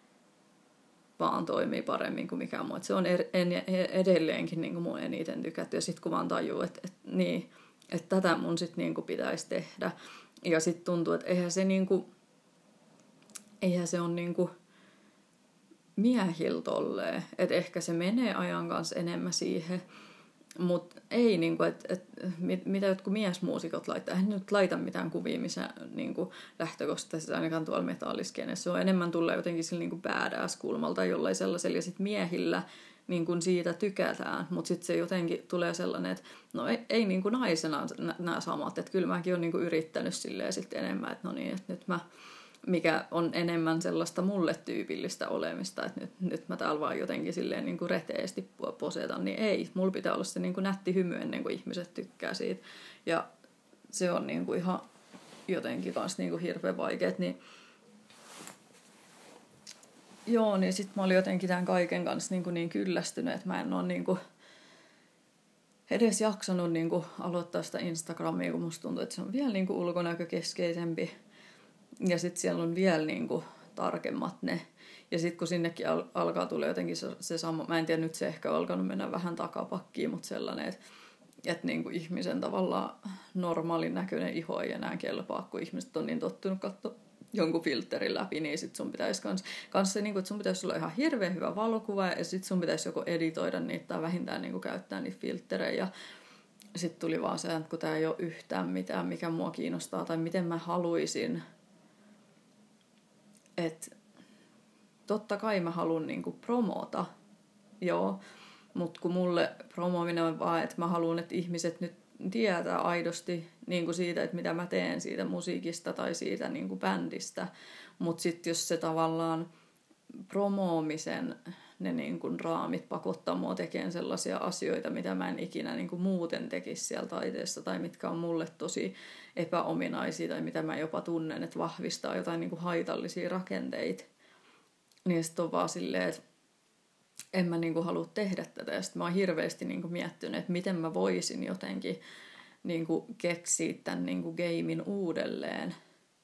Speaker 1: vaan toimii paremmin kuin mikään muu. Et se on edelleenkin niin kuin mun eniten tykätty. Ja sitten kun vaan tajuu, että et, niin, et tätä mun sitten niin kuin pitäisi tehdä. Ja sitten tuntuu, että eihän se, niin kuin, eihän se ole niin kuin miehillä tolleen. Että ehkä se menee ajan kanssa enemmän siihen. Mutta ei, niinku, että et, mit, mitä jotkut miesmuusikot laittaa. Eihän nyt laita mitään kuvia, missä niinku, lähtökohtaisesti ainakaan tuolla metalliskenessä. Se on enemmän tulee jotenkin sillä niinku badass-kulmalta tai jollain sellaisella. Ja sitten miehillä niinku, siitä tykätään. Mutta sitten se jotenkin tulee sellainen, että no ei, ei niinku naisena nämä samat. Että kyllä mäkin olen niinku yrittänyt silleen sitten enemmän, että no niin, että nyt mä... mikä on enemmän sellaista mulle tyypillistä olemista, että nyt, nyt mä täällä vaan jotenkin silleen niin kuin reteesti posetan, niin ei. Mulla pitää olla se niin kuin nätti hymy ennen kuin ihmiset tykkää siitä. Ja se on niin kuin ihan jotenkin kans niin kuin hirveän vaikeet. Niin... Joo, niin sit mä olin jotenkin tämän kaiken kanssa niin, kuin niin kyllästynyt, että mä en ole niin kuin edes jaksanut niin kuin aloittaa sitä Instagramia, kun musta tuntuu, että se on vielä niin kuin ulkonäkökeskeisempi. Ja sitten siellä on vielä niinku tarkemmat ne. Ja sitten kun sinnekin al- alkaa tulla jotenkin se, se sama, mä en tiedä, nyt se ehkä on alkanut mennä vähän takapakkiin, mutta sellainen, että et niinku ihmisen tavallaan normaalin näköinen iho ei enää kelpaa, kun ihmiset on niin tottunut katsoa jonkun filterin läpi, niin sit sun pitäisi kans, kans se, niinku, että sun pitäisi olla ihan hirveän hyvä valokuva, ja sit sun pitäisi joko editoida niitä tai vähintään niinku käyttää niitä filterejä. Sitten tuli vaan se, että kun tää ei ole yhtään mitään, mikä mua kiinnostaa, tai miten mä haluaisin. Että totta kai mä haluan niinku promota, joo, mutta kun mulle promoaminen on vaan, että mä haluan, että ihmiset nyt tietää aidosti niinku siitä, että mitä mä teen siitä musiikista tai siitä niinku bändistä, mutta sitten jos se tavallaan promoamisen ne niinku raamit pakottaa mua tekemään sellaisia asioita, mitä mä en ikinä niinku muuten tekisi siellä taiteessa tai mitkä on mulle tosi epäominaisia tai mitä mä jopa tunnen, että vahvistaa jotain niinku haitallisia rakenteita. Niin sitten on vaan silleen, että en mä niinku halua tehdä tätä. Ja sitten mä oon hirveästi niinku miettinyt, että miten mä voisin jotenkin niinku keksiä tämän niinku gamein uudelleen.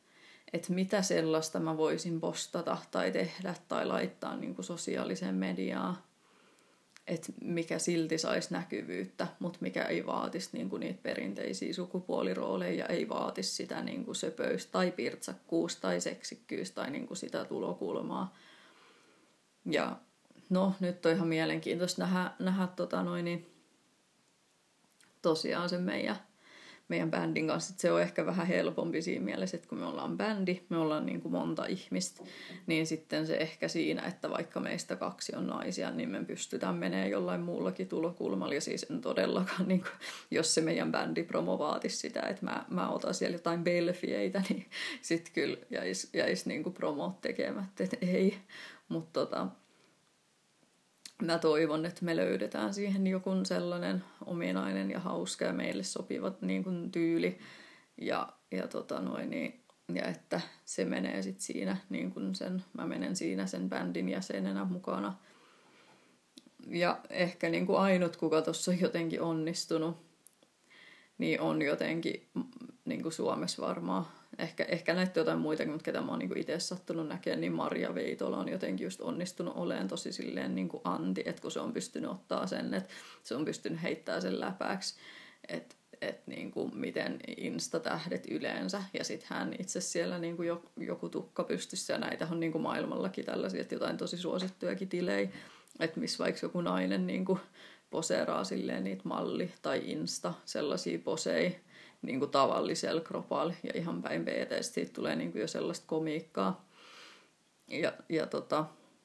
Speaker 1: että mitä sellaista mä voisin postata tai tehdä tai laittaa niin kuin sosiaaliseen mediaan, että mikä silti saisi näkyvyyttä, mutta mikä ei vaatisi niin kuin niitä perinteisiä sukupuolirooleja, ei vaatisi sitä niin kuin söpöystä tai pirtsakkuusta tai seksikkyys tai niin kuin sitä tulokulmaa. Ja no, nyt on ihan mielenkiintoista nähdä, nähdä tota noin, niin tosiaan se meidän, meidän bändin kanssa. Se on ehkä vähän helpompi siinä mielessä, että kun me ollaan bändi, me ollaan niin kuin monta ihmistä, niin sitten se ehkä siinä, että vaikka meistä kaksi on naisia, niin me pystytään menemään jollain muullakin tulokulmalla. Ja siis en todellakaan, niin kuin, jos se meidän bändipromo vaatisi sitä, että mä, mä otan siellä jotain belfieitä, niin sitten kyllä jäisi, jäisi niin kuin promot tekemättä, että ei. Mutta tota, mä toivon, että me löydetään siihen joku sellainen ominainen ja hauska ja meille sopiva niin kuin tyyli. Ja, ja, tota noin, niin, ja että se menee sitten siinä, niin kuin sen, mä menen siinä sen bändin jäsenenä mukana. Ja ehkä niin kuin ainut, kuka tuossa on jotenkin onnistunut, niin on jotenkin niin kuin Suomessa varmaan. Ehkä, ehkä näitä jotain muitakin, mutta ketä mä oon niin itse sattunut näkemään, niin Marja Veitola on jotenkin just onnistunut olemaan tosi silleen niin kuin anti, että kun se on pystynyt ottaa sen, että se on pystynyt heittämään sen läpäksi, että et niin kuin miten Insta-tähdet yleensä, ja sitten hän itse siellä niin kuin joku tukka pystyssä, ja näitä on niin kuin maailmallakin tällaisia, että jotain tosi suosittujakin tilejä, että missä vaikka joku nainen niin kuin poseeraa silleen niitä malli- tai Insta, sellaisia poseja, niin kuin tavallisella kropalla ja ihan päin peetä, siitä tulee niin kuin jo sellaista komiikkaa. Ja, ja, tota,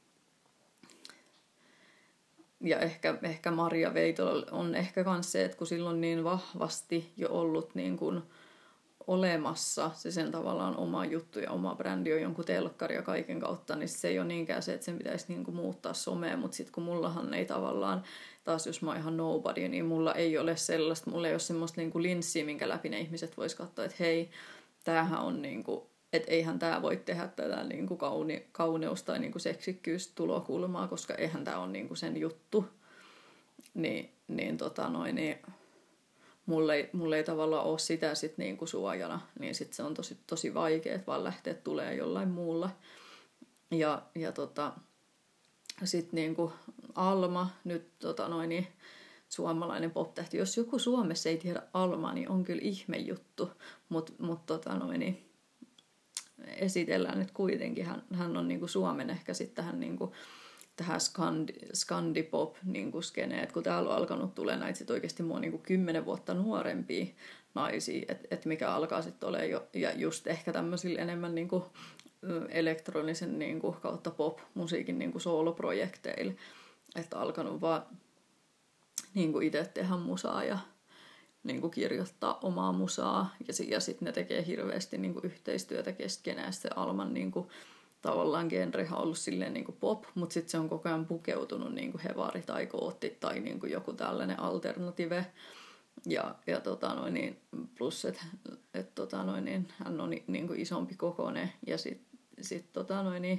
Speaker 1: ja ehkä, ehkä Marja Veitola on ehkä myös se, että kun silloin niin vahvasti jo ollut niin kuin olemassa se sen tavallaan oma juttu ja oma brändi on jonkun telkkari ja kaiken kautta, niin se ei ole niinkään se, että sen pitäisi niin kuin muuttaa somea, mutta sitten kun mullahan ei tavallaan, taas jos mä oon ihan nobody, niin mulla ei ole sellaista, mulla ei ole semmoista niin kuin linssiä, minkä läpi ne ihmiset vois katsoa, että hei, tämähän on niin kuin, että eihän tämä voi tehdä tätä niin kuin kaune, kauneus- tai niin kuin seksikkyys-tulokulmaa, koska eihän tämä ole niin kuin sen juttu. Niin, niin tota noin, niin mulle ei, mulle ei tavallaan ole sitä sit niinku suojana, niin sit se on tosi, tosi vaikea, että vaan lähteä tulee jollain muulla. Ja, ja tota, sitten niinku Alma, nyt tota noin, niin suomalainen pop-tähti. Jos joku Suomessa ei tiedä Almaa, niin on kyllä ihme juttu, mutta mut, tota noin, niin esitellään nyt kuitenkin. Hän, hän on niinku Suomen ehkä sitten tähän niinku tähän skandi, skandipop niin skeneen, kun täällä on alkanut tulla näitä sit oikeasti mua niin kymmenen vuotta nuorempia naisia, että et mikä alkaa sitten olemaan jo, ja just ehkä tämmöisillä enemmän niin kuin elektronisen niin kuin, kautta pop-musiikin niin kuin sooloprojekteilla, että alkanut vaan niin kuin itse tehdä musaa ja niin kuin kirjoittaa omaa musaa, ja, ja sitten ne tekee hirveästi niin kuin yhteistyötä keskenään, se Alman niin kuin tavallaan genrehan on ollut silleen niin kuin pop, mutta sitten se on koko ajan pukeutunut niin kuin hevari tai gootti tai niin kuin joku tällainen alternative. Ja, ja tota noin, niin, plus, että et, tota noin, niin, hän on niin kuin isompi kokoinen. Ja sitten sit, tota noin, niin,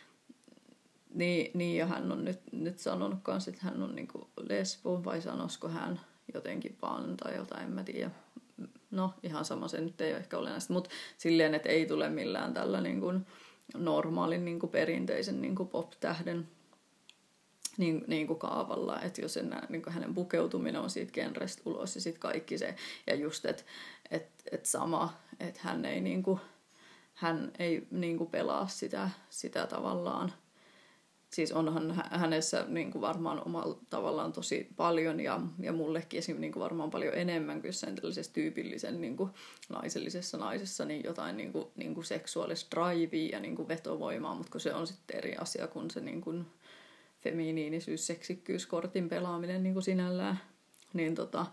Speaker 1: niin, niin, ja hän on nyt, nyt sanonut kanssa, että hän on niin kuin lesbo, vai sanoisiko hän jotenkin pan tai jotain, en mä tiedä. No, ihan sama, se nyt ei ole ehkä olennaista, mutta silleen, että ei tule millään tällä niin kuin normaalin niin kuin perinteisen niin kuin pop-tähden niin, niin kuin kaavalla, että jos enää, niin kuin hänen pukeutuminen on siitä genrestä ulos ja sitten kaikki se, ja just, että et, et sama, että hän ei, niin kuin, hän ei niin kuin pelaa sitä, sitä tavallaan, siis onhan hänessä niin kuin varmaan omalla tavallaan tosi paljon, ja, ja mullekin esimerkiksi niin kuin varmaan paljon enemmän kuin jossain tällaisessa tyypillisen niin kuin naisellisessa naisessa, niin jotain niin kuin, niin kuin seksuaalista drivea ja niin kuin vetovoimaa, mutta kun se on sitten eri asia kuin se niin kuin feminiinisyys, seksikkyyskortin pelaaminen niin kuin sinällään, niin tota,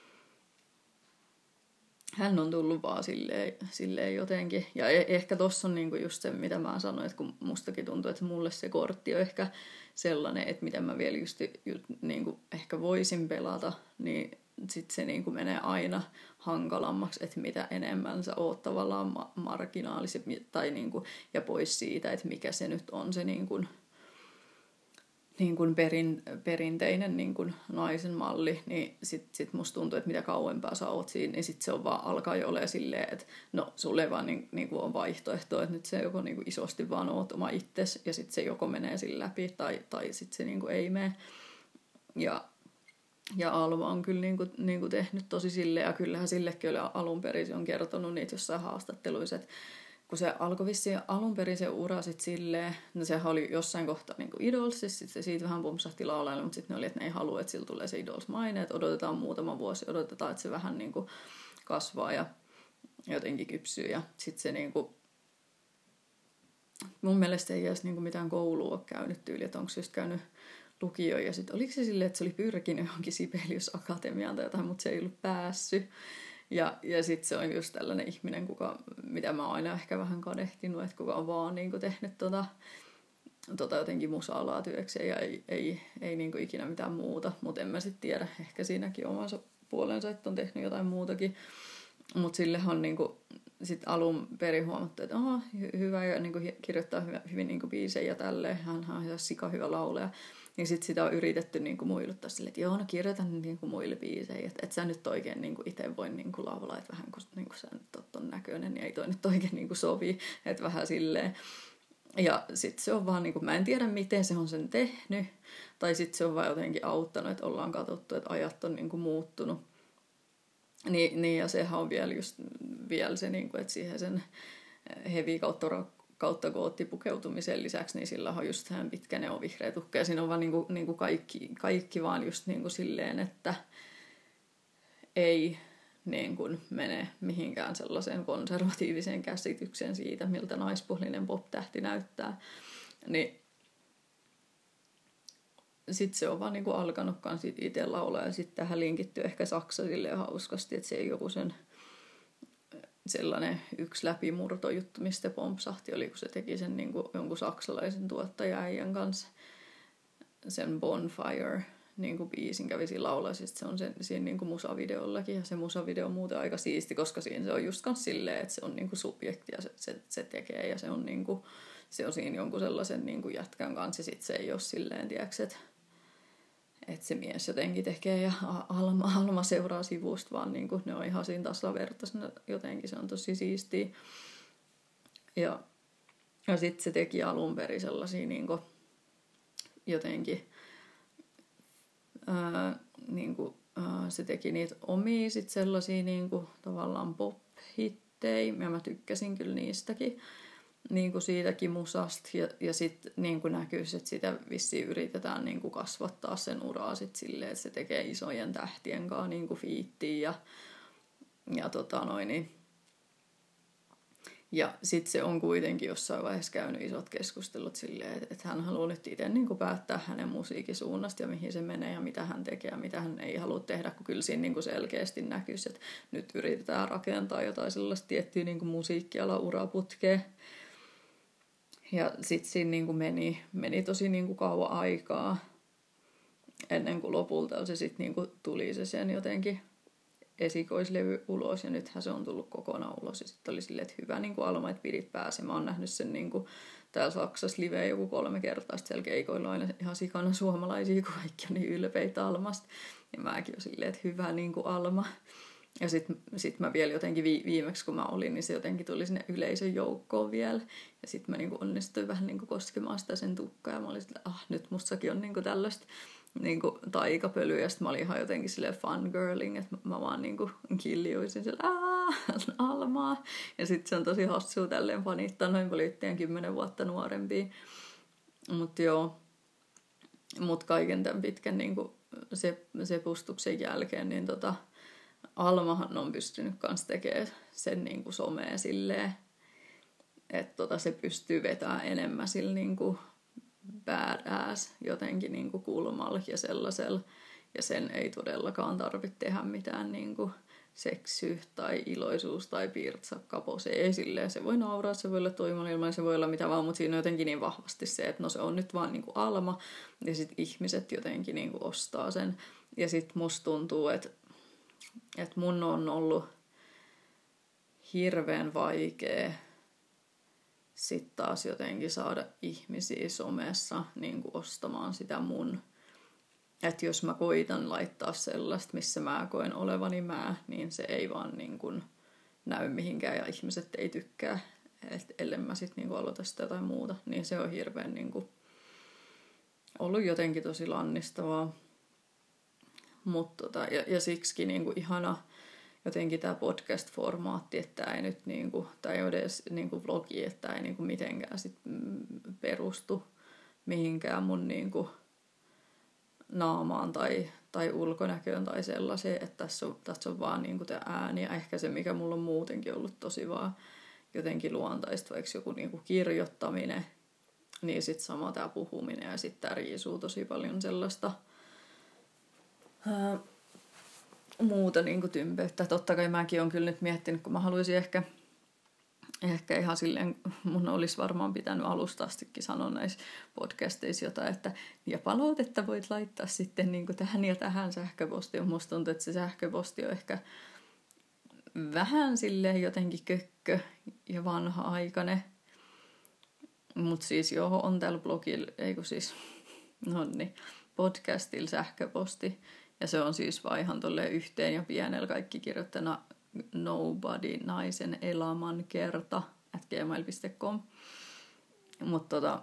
Speaker 1: hän on tullut vaan silleen, silleen jotenkin. Ja ehkä tossa on niinku just se, mitä mä sanoin, että kun mustakin tuntuu, että mulle se kortti on ehkä sellainen, että miten mä vielä just, just niinku ehkä voisin pelata, niin sit se niinku menee aina hankalammaksi, että mitä enemmän sä oot tavallaan ma- marginaaliset tai niinku, ja pois siitä, että mikä se nyt on se niinku, niin kuin perin, perinteinen niin kuin naisen malli, niin sit, sit musta tuntuu, että mitä kauempaa sä oot siinä, niin sit se on vaan, alkaa jo olemaan silleen, että no sulle vaan niin, niin kuin on vaihtoehto, että nyt se joko niin kuin isosti vaan oot oma itsesi, ja sit se joko menee sillä läpi, tai, tai sit se niin kuin ei mene. Ja, ja Alma on kyllä niin kuin, niin kuin tehnyt tosi silleen, ja kyllähän sillekin oli alun perin, se on kertonut niitä jossain haastatteluissa, että kun se alkoi vissiin alun perin se ura sit silleen, no sehän oli jossain kohtaa niin Idolsissa, sitten se siitä vähän pumpsahti laulaille, mutta sitten ne oli, että ne ei halua, että sillä tulee se Idols-maine, että odotetaan muutama vuosi, odotetaan, että se vähän niin kuin kasvaa ja jotenkin kypsyy, ja sitten se niin kuin, mun mielestä ei edes niin kuin mitään koulua ole käynyt tyyli, että onko se just käynyt lukioon, ja sitten oliko se silleen, että se oli pyrkinyt johonkin Sibelius Akatemiaan tai jotain, mutta se ei ollut päässyt. Ja, ja sitten se on just tällainen ihminen, kuka, mitä mä oon aina ehkä vähän kadehtinut, että kuka on vaan niin kuin tehnyt tota, tota jotenkin musa-alaa työkseen ja ei, ei, ei niin kuin ikinä mitään muuta. Mutta en mä sitten tiedä, ehkä siinäkin omansa puolensa, että on tehnyt jotain muutakin. Mutta sillehän on niin kuin sit alun perin huomattu, että aha, hy- hyvä ja niin kuin kirjoittaa hyvin, hyvin niin kuin biisejä ja tälleen. Hän on ihan sika hyvä laulaja. Ja sitten sitä on yritetty niinku muiluttaa silleen, että joo, no kirjoitan niinku muille biisejä, että et sä nyt oikein niinku itse voi niinku laulaa, että vähän kun niinku sä nyt oot ton näköinen, niin ei toi nyt oikein niinku sovi, että vähän silleen. Ja sitten se on vaan, niinku, mä en tiedä miten se on sen tehnyt, tai sitten se on vaan jotenkin auttanut, että ollaan katsottu, että ajat on niinku muuttunut. Ni, niin, ja sehän on vielä just vielä se, niinku, että siihen sen heavy kautta kautta goottipukeutumisen lisäksi, niin sillä on just tähän pitkä neonvihreä tukka. Ja siinä on vaan niinku, niinku kaikki, kaikki vaan just niinku silleen, että ei niinku mene mihinkään sellaiseen konservatiiviseen käsitykseen siitä, miltä naispuolinen pop-tähti näyttää. Niin sitten se on vaan niinku alkanut kans itse laulaa. Ja sitten tähän linkittyy ehkä Saksa silleen hauskasti, että se ei joku sen sellainen yksi läpimurtojuttu, mistä pompsahti, oli kun se teki sen niin kuin jonkun saksalaisen tuottaja-äijän kanssa sen Bonfire niin kuin biisin kävi siinä laulaa, se on sen, siinä niin kuin musavideollakin, ja se musavideo on muuten aika siisti, koska siinä se on just kans silleen, että se on niin kuin subjekti ja se, se, se tekee, ja se on, niin kuin, se on siinä jonkun sellaisen niin kuin jätkän kanssa, ja sit se ei ole silleen, tiiäks, että että se mies jotenkin tekee ja Alma, Alma seuraa sivusta, vaan niin kuin ne on ihan siinä tasavertaisena jotenkin, se on tosi siistiä. Ja, ja sitten se teki alun perin sellaisia niin kuin jotenkin, ää, niin kuin, ää, se teki niitä omia sit sellaisia niin kuin, tavallaan pop-hittejä, ja mä tykkäsin kyllä niistäkin. Niin kuin siitäkin musasta, ja, ja sitten niin kuin näkyisi, että sitä vissiin yritetään niin kuin kasvattaa sen uraa sit silleen, että se tekee isojen tähtien kanssa niin kuin fiittiä ja, ja tota noin, niin. Ja sitten se on kuitenkin jossain vaiheessa käynyt isot keskustelut silleen, että, että hän haluaa nyt itse niin kuin päättää hänen musiikkisuunnasta ja mihin se menee ja mitä hän tekee ja mitä hän ei halua tehdä, kun kyllä siinä niin kuin selkeästi näkyisi, että nyt yritetään rakentaa jotain sellaista tiettyä niin kuin musiikkialan uraputkea. Ja sitten siinä niinku meni, meni tosi niinku kauan aikaa ennen kuin lopulta se sitten niinku tuli se sen jotenkin esikoislevy ulos. Ja nythän se on tullut kokonaan ulos. Ja sitten oli silleen, että hyvä niinku Alma, että pidit pääsi. Mä oon nähnyt sen niinku täällä Saksassa liveen joku kolme kertaa. Sitten siellä keikoilla aina ihan sikana suomalaisia, kun kaikki on niin ylpeitä Almasta. Ja mäkin oon silleen, että hyvä niinku Alma. Ja sitten sit mä vielä jotenkin viimeksi, kun mä olin, niin se jotenkin tuli sinne yleisön joukkoon vielä. Ja sitten mä niinku onnistuin vähän niinku koskemaan sitä sen tukkaa. Ja mä olin silleen, ah, nyt mustakin on niinku tällaista niinku taikapölyä. Ja sitten mä olin ihan jotenkin silleen fangirling, että mä vaan niinku killiuisin silleen, aah, Almaa. Ja sitten se on tosi hassua tälleen fanittaa noin paljon itseään kymmenen vuotta nuorempia. Mutta joo, mut kaiken tämän pitkän niinku se, se pustuksen jälkeen, niin tota... Almahan on pystynyt kans tekemään sen niinku somea silleen, että tota se pystyy vetämään enemmän sillä niinku badass jotenkin niinku kulmalla ja sellaisella. Ja sen ei todellakaan tarvitse tehdä mitään niinku seksy tai iloisuus tai pirtsakkapo. Se ei silleen, se voi nauraa, se voi olla toimalilmainen, se voi olla mitä vaan, mutta siinä on jotenkin niin vahvasti se, että no se on nyt vaan niinku Alma ja sit ihmiset jotenkin niinku ostaa sen. Ja sit musta tuntuu, että että mun on ollut hirveän vaikea sitten taas jotenkin saada ihmisiä somessa niin kuin ostamaan sitä mun. Että jos mä koitan laittaa sellaista, missä mä koen olevani mä, niin se ei vaan niin kuin näy mihinkään ja ihmiset ei tykkää. Et ellen mä sitten niin kuin aloita sitä jotain muuta, niin se on hirveän niin kuin ollut jotenkin tosi lannistavaa. Mut tota, ja, ja siksikin niin kuin ihana jotenkin tämä podcast-formaatti, että tämä ei nyt niin kuin, tämä ei ole edes niin kuin vlogi, että tämä ei niin kuin mitenkään sit perustu mihinkään mun niin kuin naamaan tai, tai ulkonäköön tai sellaiseen, että tässä on, tässä on vaan niin kuin tämä ääni ja ehkä se, mikä mulla on muutenkin ollut tosi vaan jotenkin luontaista, vaikka joku niin kuin kirjoittaminen, niin sitten sama tämä puhuminen ja sitten tämä riisuu tosi paljon sellaista ää, muuta niin kuin tympeyttä. Totta kai mäkin olen kyllä nyt miettinyt, kun mä haluaisin ehkä, ehkä ihan silleen, mun olisi varmaan pitänyt alusta astikin sanoa näissä podcasteissa jotain, että ja palautetta voit laittaa sitten niin kuin tähän ja tähän sähköpostiin. Musta tuntuu, että se sähköposti on ehkä vähän silleen jotenkin kökkö ja vanha-aikainen. Mutta siis joo, on täällä blogilla, ei kun siis, no niin, podcastilla sähköposti. Ja se on siis vaan ihan tolleen yhteen ja pienellä kaikki kirjoittana nobody naisen elämän kerta at gmail piste com. Mutta tota,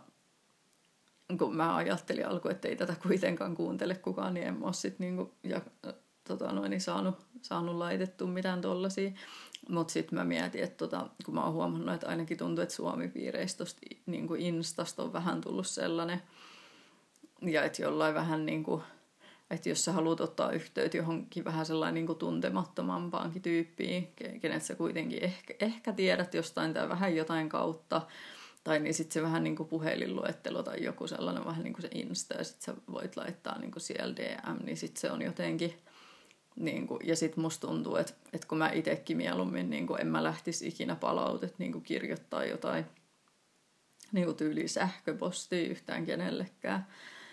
Speaker 1: kun mä ajattelin alkuun, että ei tätä kuitenkaan kuuntele kukaan, niin en ole sit niinku, ja, tota noin, saanut, saanut laitettua mitään tollasia. Mutta sitten mä mietin, että tota, kun mä oon huomannut, että ainakin tuntuu, että Suomi-piireistä tosta niinku Instasta on vähän tullut sellainen, ja että jollain vähän niinku, että jos sä haluat ottaa yhteyttä johonkin vähän sellainen niin kuin tuntemattomampaankin tyyppiin, kenet sä kuitenkin ehkä, ehkä tiedät jostain tai vähän jotain kautta, tai niin sitten se vähän niin kuin puhelinluettelo tai joku sellainen vähän niin kuin se Insta, ja sitten sä voit laittaa niin kuin siellä D M, niin sitten se on jotenkin, niin kuin, ja sitten musta tuntuu, että, että kun mä itsekin mieluummin, niin kuin en mä lähtisi ikinä palautet niin kuin kirjoittaa jotain niin kuin tyyliä sähköpostia yhtään kenellekään,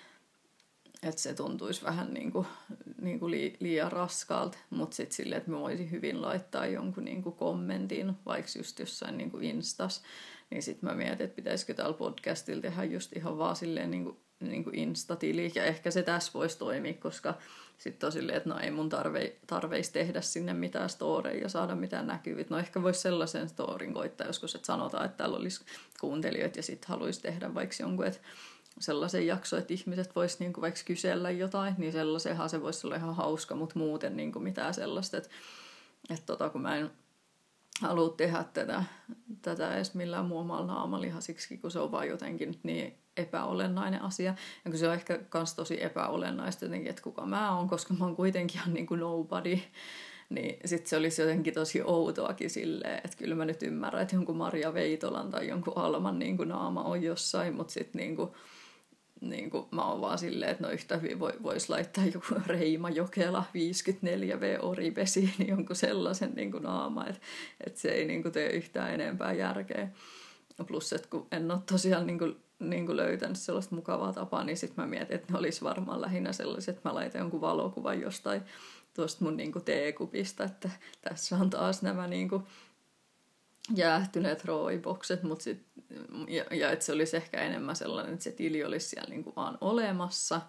Speaker 1: että se tuntuisi vähän niin kuin, niin kuin liian raskaalta, mutta sitten silleen, että mä voisin hyvin laittaa jonkun niin kuin kommentin, vaikka just jossain niin kuin Instas, niin sitten mä mietin, että pitäisikö täällä podcastilla tehdä just ihan vaan silleen niin kuin, niin kuin Insta-tili, ja ehkä se tässä voisi toimia, koska sitten on silleen, että no ei mun tarve, tarveisi tehdä sinne mitään storeja ja saada mitään näkyvitä. No ehkä voisi sellaisen storin koittaa joskus, että sanotaan, että täällä olisi kuuntelijoita ja sitten haluaisi tehdä vaikka jonkun, että sellaisen jakso, että ihmiset vois niinku vaikka kysellä jotain, niin sellaisenhan se voisi olla ihan hauska, mutta muuten niinku mitään sellaista, että et tota, kun mä en halua tehdä tätä, tätä edes millään muu omalla naamalihasiksi, kun se on vaan jotenkin niin epäolennainen asia. Ja kun se on ehkä kans tosi epäolennaista jotenkin, että kuka mä oon, koska mä oon kuitenkin ihan niinku nobody, niin sitten se olisi jotenkin tosi outoakin silleen, että kyllä mä nyt ymmärrän, että jonkun Maria Veitolan tai jonkun Alman niinku naama on jossain, mutta sitten niinku niin kuin mä oon vaan silleen, että no yhtä hyvin voisi laittaa joku Reima Jokela viisikymmentäneljä V Orivesi, niin jonkun sellaisen niin kuin naama, että, että se ei niin kuin tee yhtään enempää järkeä. Plus, että kun en ole tosiaan niin kuin, niin kuin löytänyt sellaista mukavaa tapaa, niin sitten mä mietin, että ne olisi varmaan lähinnä sellaiset, että mä laitan jonkun valokuvan jostain tuosta mun niin kuin teekupista, että tässä on taas nämä niin kuin jäähtyneet roibokset, mut sit, ja, ja että se olisi ehkä enemmän sellainen, että se tili olisi siellä niinku vaan olemassa.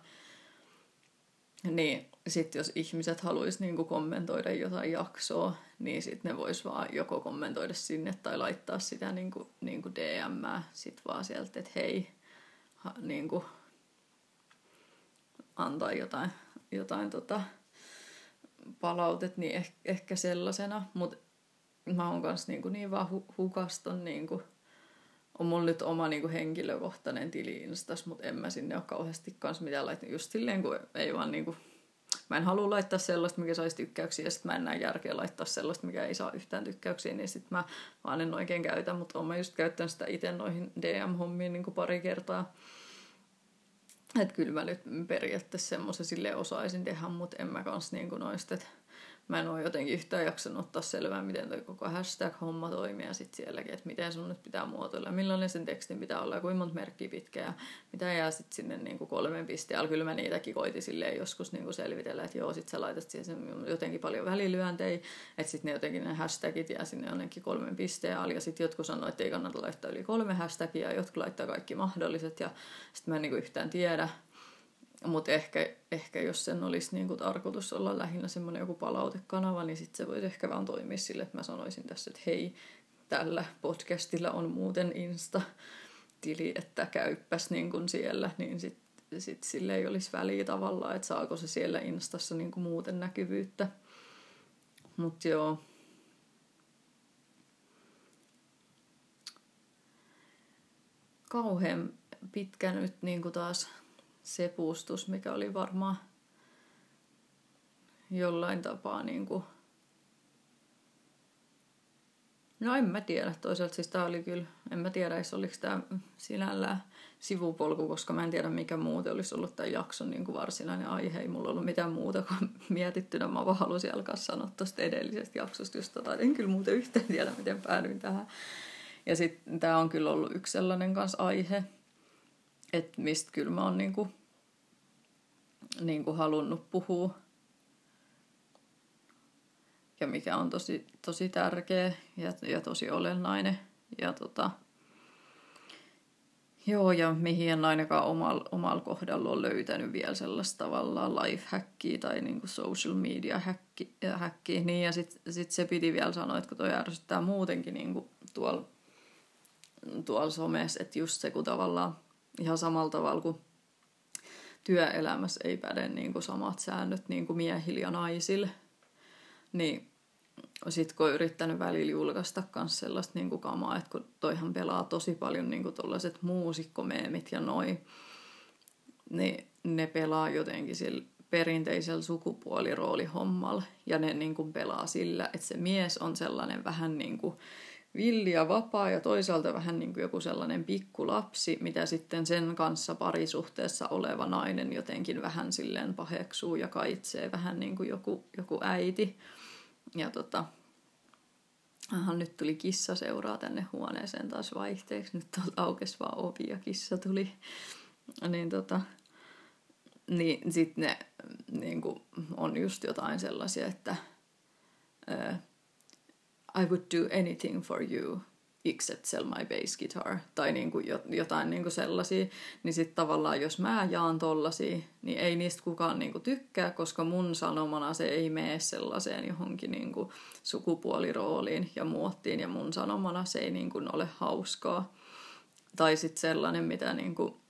Speaker 1: Niin sitten jos ihmiset haluaisi niinku kommentoida jotain jaksoa, niin sitten ne vois vaan joko kommentoida sinne tai laittaa sitä niinku, niinku D M:ää sit vaan sieltä, että hei, ha, niinku, antaa jotain, jotain tota, palautet, niin ehkä, ehkä sellaisena, mutta mä oon kans niinku niin vaan hu- hukaston niinku, on mulla nyt oma niinku henkilökohtainen tili Instas, mut en mä sinne oo kauheasti kans mitään laittanut. Just silleen, kun ei vaan niinku, mä en halua laittaa sellaista, mikä saisi tykkäyksiä, ja sit mä en näe järkeä laittaa sellaista, mikä ei saa yhtään tykkäyksiä, niin sit mä vaan en oikein käytä, mutta oon mä just käyttänyt sitä ite noihin D M-hommiin niinku pari kertaa. Että kyllä mä nyt periaatteessa semmoisen silleen osaisin tehdä, mutta en mä kans niinku noista, että mä en ole jotenkin yhtään jaksanut ottaa selvää, miten toi koko hashtag-homma toimii ja sitten sielläkin, että miten sun nyt pitää muotoilla, millainen sen tekstin pitää olla ja kuinka monta merkkiä pitkä ja mitä jää sitten sinne niin kuin kolmen pisteen. Kyllä mä niitäkin koitin silleen joskus niin kuin selvitellä, että joo, sit sä laitat siihen jotenkin paljon välilyöntejä, että sitten ne jotenkin ne hashtagit jää sinne jonnekin kolmen pisteen alle ja sitten jotkut sanoo, että ei kannata laittaa yli kolme hashtagia ja jotkut laittaa kaikki mahdolliset ja sitten mä en niin kuin yhtään tiedä. Mutta ehkä, ehkä jos sen olisi niinku tarkoitus olla lähinnä semmoinen joku palautekanava, niin sitten se voisi ehkä vaan toimia sille, että mä sanoisin tässä, että hei, tällä podcastilla on muuten Insta-tili, että käyppäs niinku siellä, niin sitten sit sille ei olisi väliä tavallaan, että saako se siellä Instassa niinku muuten näkyvyyttä. Mutta joo. Kauhean pitkä nyt niinku taas sepustus, mikä oli varmaan jollain tapaa niin kuin... No en mä tiedä. Toisaalta siis tää oli kyllä, en mä tiedä, jos oliko tää sinällään sivupolku, koska mä en tiedä mikä muuten olisi ollut tämän jakson niin kuin varsinainen aihe. Ei mulla ollut mitään muuta kuin mietittynä. Mä vaan halusin alkaa sanoa tuosta edellisestä jaksosta just tota, en kyllä muuten yhtään tiedä, miten päädyin tähän. Ja sitten tää on kyllä ollut yksi sellainen kanssa aihe, että mistä kyllä mä oon niinku niin kuin halunnut puhua. Ja mikä on tosi, tosi tärkeä ja, ja tosi olennainen. Ja tota, joo, ja mihin en ainakaan omalla, omalla kohdalla ole löytänyt vielä sellaista tavallaan life-hackia tai niin kuin social media-hackia. Niin, ja sitten sit se piti vielä sanoa, että kun toi ärsyttää muutenkin niin kuin tuolla, tuolla somessa, että just se kun tavallaan ihan samalla tavalla kuin työelämässä ei päde niin kuin samat säännöt niin kuin miehillä ja naisilla, niin sitten kun on yrittänyt välillä julkaista myös sellaista niin kuin kamaa, että kun toihan pelaa tosi paljon niin kuin tollaiset muusikkomeemit ja noi, niin ne pelaa jotenkin sillä perinteisellä sukupuoliroolihommalla ja ne niin kuin pelaa sillä, että se mies on sellainen vähän niin kuin villi ja vapaa ja toisaalta vähän niin kuin joku sellainen pikkulapsi, mitä sitten sen kanssa parisuhteessa oleva nainen jotenkin vähän silleen paheksuu ja kaitsee vähän niin kuin joku, joku äiti. Ja tota, aha, nyt tuli kissa seuraa tänne huoneeseen taas vaihteeksi. Nyt tuolta aukesi vaan ovi ja kissa tuli. Niin tota, niin sitten ne niin kuin on just jotain sellaisia, että ää, I would do anything for you except sell my bass guitar. Tai niinku jotain niinku sellaisia. Niin sitten tavallaan jos mä jaan tollasia, niin ei niistä kukaan niinku tykkää, koska mun sanomana se ei mene sellaiseen johonkin niinku sukupuolirooliin ja muottiin. Ja mun sanomana se ei niinku ole hauskaa. Tai sitten sellainen, mitä niinku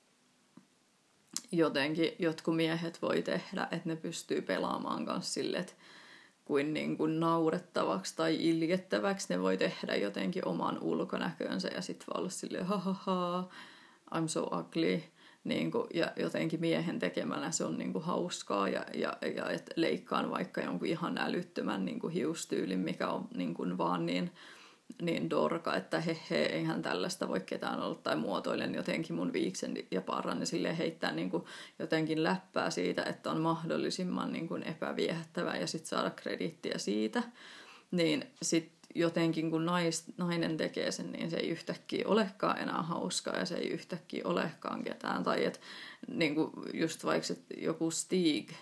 Speaker 1: jotenkin jotkut miehet voi tehdä, että ne pystyy pelaamaan kanssa silleen, että kuin, niin kuin naurettavaksi tai iljettäväksi ne voi tehdä jotenkin oman ulkonäkönsä ja sitten vaan olla silleen ha ha ha, I'm so ugly. Niin kuin, ja jotenkin miehen tekemänä se on niin kuin hauskaa ja, ja, ja et leikkaan vaikka jonkun ihan älyttömän niin kuin hiustyylin, mikä on niin kuin vaan niin, niin dorka, että he, he eihän tällaista voi ketään olla, tai muotoilen jotenkin mun viiksen ja parran ja silleen heittää niin kuin jotenkin läppää siitä, että on mahdollisimman niin kuin epäviehättävää ja sitten saada krediittiä siitä, niin sitten jotenkin kun nais, nainen tekee sen, niin se ei yhtäkkiä olekaan enää hauskaa ja se ei yhtäkkiä olekaan ketään, tai että niin kuin just vaikka joku Stig,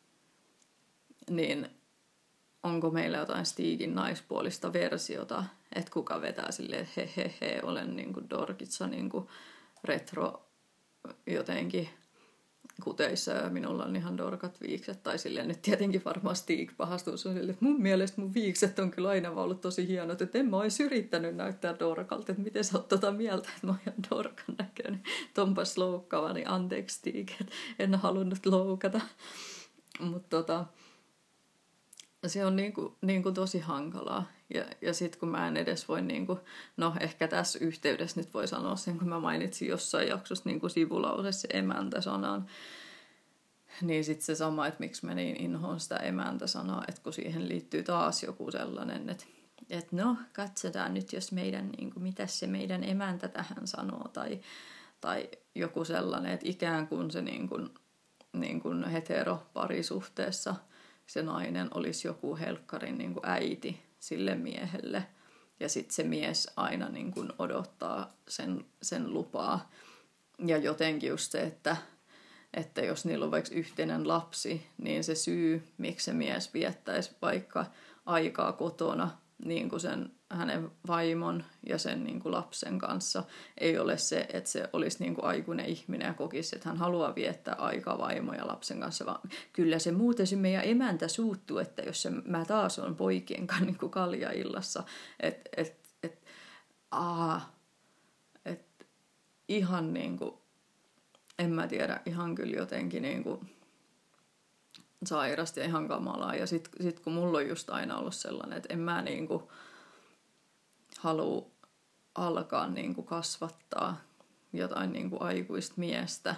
Speaker 1: niin onko meillä jotain Stigin naispuolista versiota, että kuka vetää silleen, että he he he, olen niinku dorkitsa niinku retro jotenkin kuteissa ja minulla on ihan dorkat viikset. Tai silleen nyt tietenkin varmaan Stig pahastuu silleen, että mun mielestä mun viikset on kyllä aina ollut tosi hienot, että en mä ois yrittänyt näyttää dorkalta, että miten sä oot tota mieltä, että mä oon ihan dorkan näköinen. Tompas loukkaava, niin anteeksi Stig, että en halunnut loukata. Mutta tota... se on niinku, niinku tosi hankalaa. Ja, ja sitten kun mä en edes voi, niinku, no ehkä tässä yhteydessä nyt voi sanoa sen, kun mä mainitsin jossain jaksossa niinku sivulause se emäntä-sanaan, niin sitten se sama, että miksi mä niin inhoon sitä emäntä-sanaa, että kun siihen liittyy taas joku sellainen, että et no, katsotaan nyt, jos meidän, niinku, mitä se meidän emäntä tähän sanoo, tai, tai joku sellainen, että ikään kuin se niinku, niinku hetero-parisuhteessa se nainen olisi joku helkkarin niin kuin äiti sille miehelle. Ja sitten se mies aina niin kuin odottaa sen, sen lupaa. Ja jotenkin just se, että, että jos niillä on vaikka yhteinen lapsi, niin se syy, miksi se mies viettäisi vaikka aikaa kotona niin kuin sen hänen vaimon ja sen niin kuin lapsen kanssa, ei ole se, että se olisi niin kuin aikuinen ihminen ja kokisi, että hän haluaa viettää aikaa vaimon ja lapsen kanssa, vaan kyllä se muuten se meidän emäntä suuttuu, että jos se, mä taas on poikien kanssa niin kuin kaljaillassa, että et, et, aa, et, ihan niin kuin, en mä tiedä, ihan kyllä jotenkin niin kuin sairasta ja ihan kamalaa. Ja sit, sit kun mulla on just aina ollut sellainen, että en mä niinku halua alkaa niinku kasvattaa jotain niinku aikuista miestä,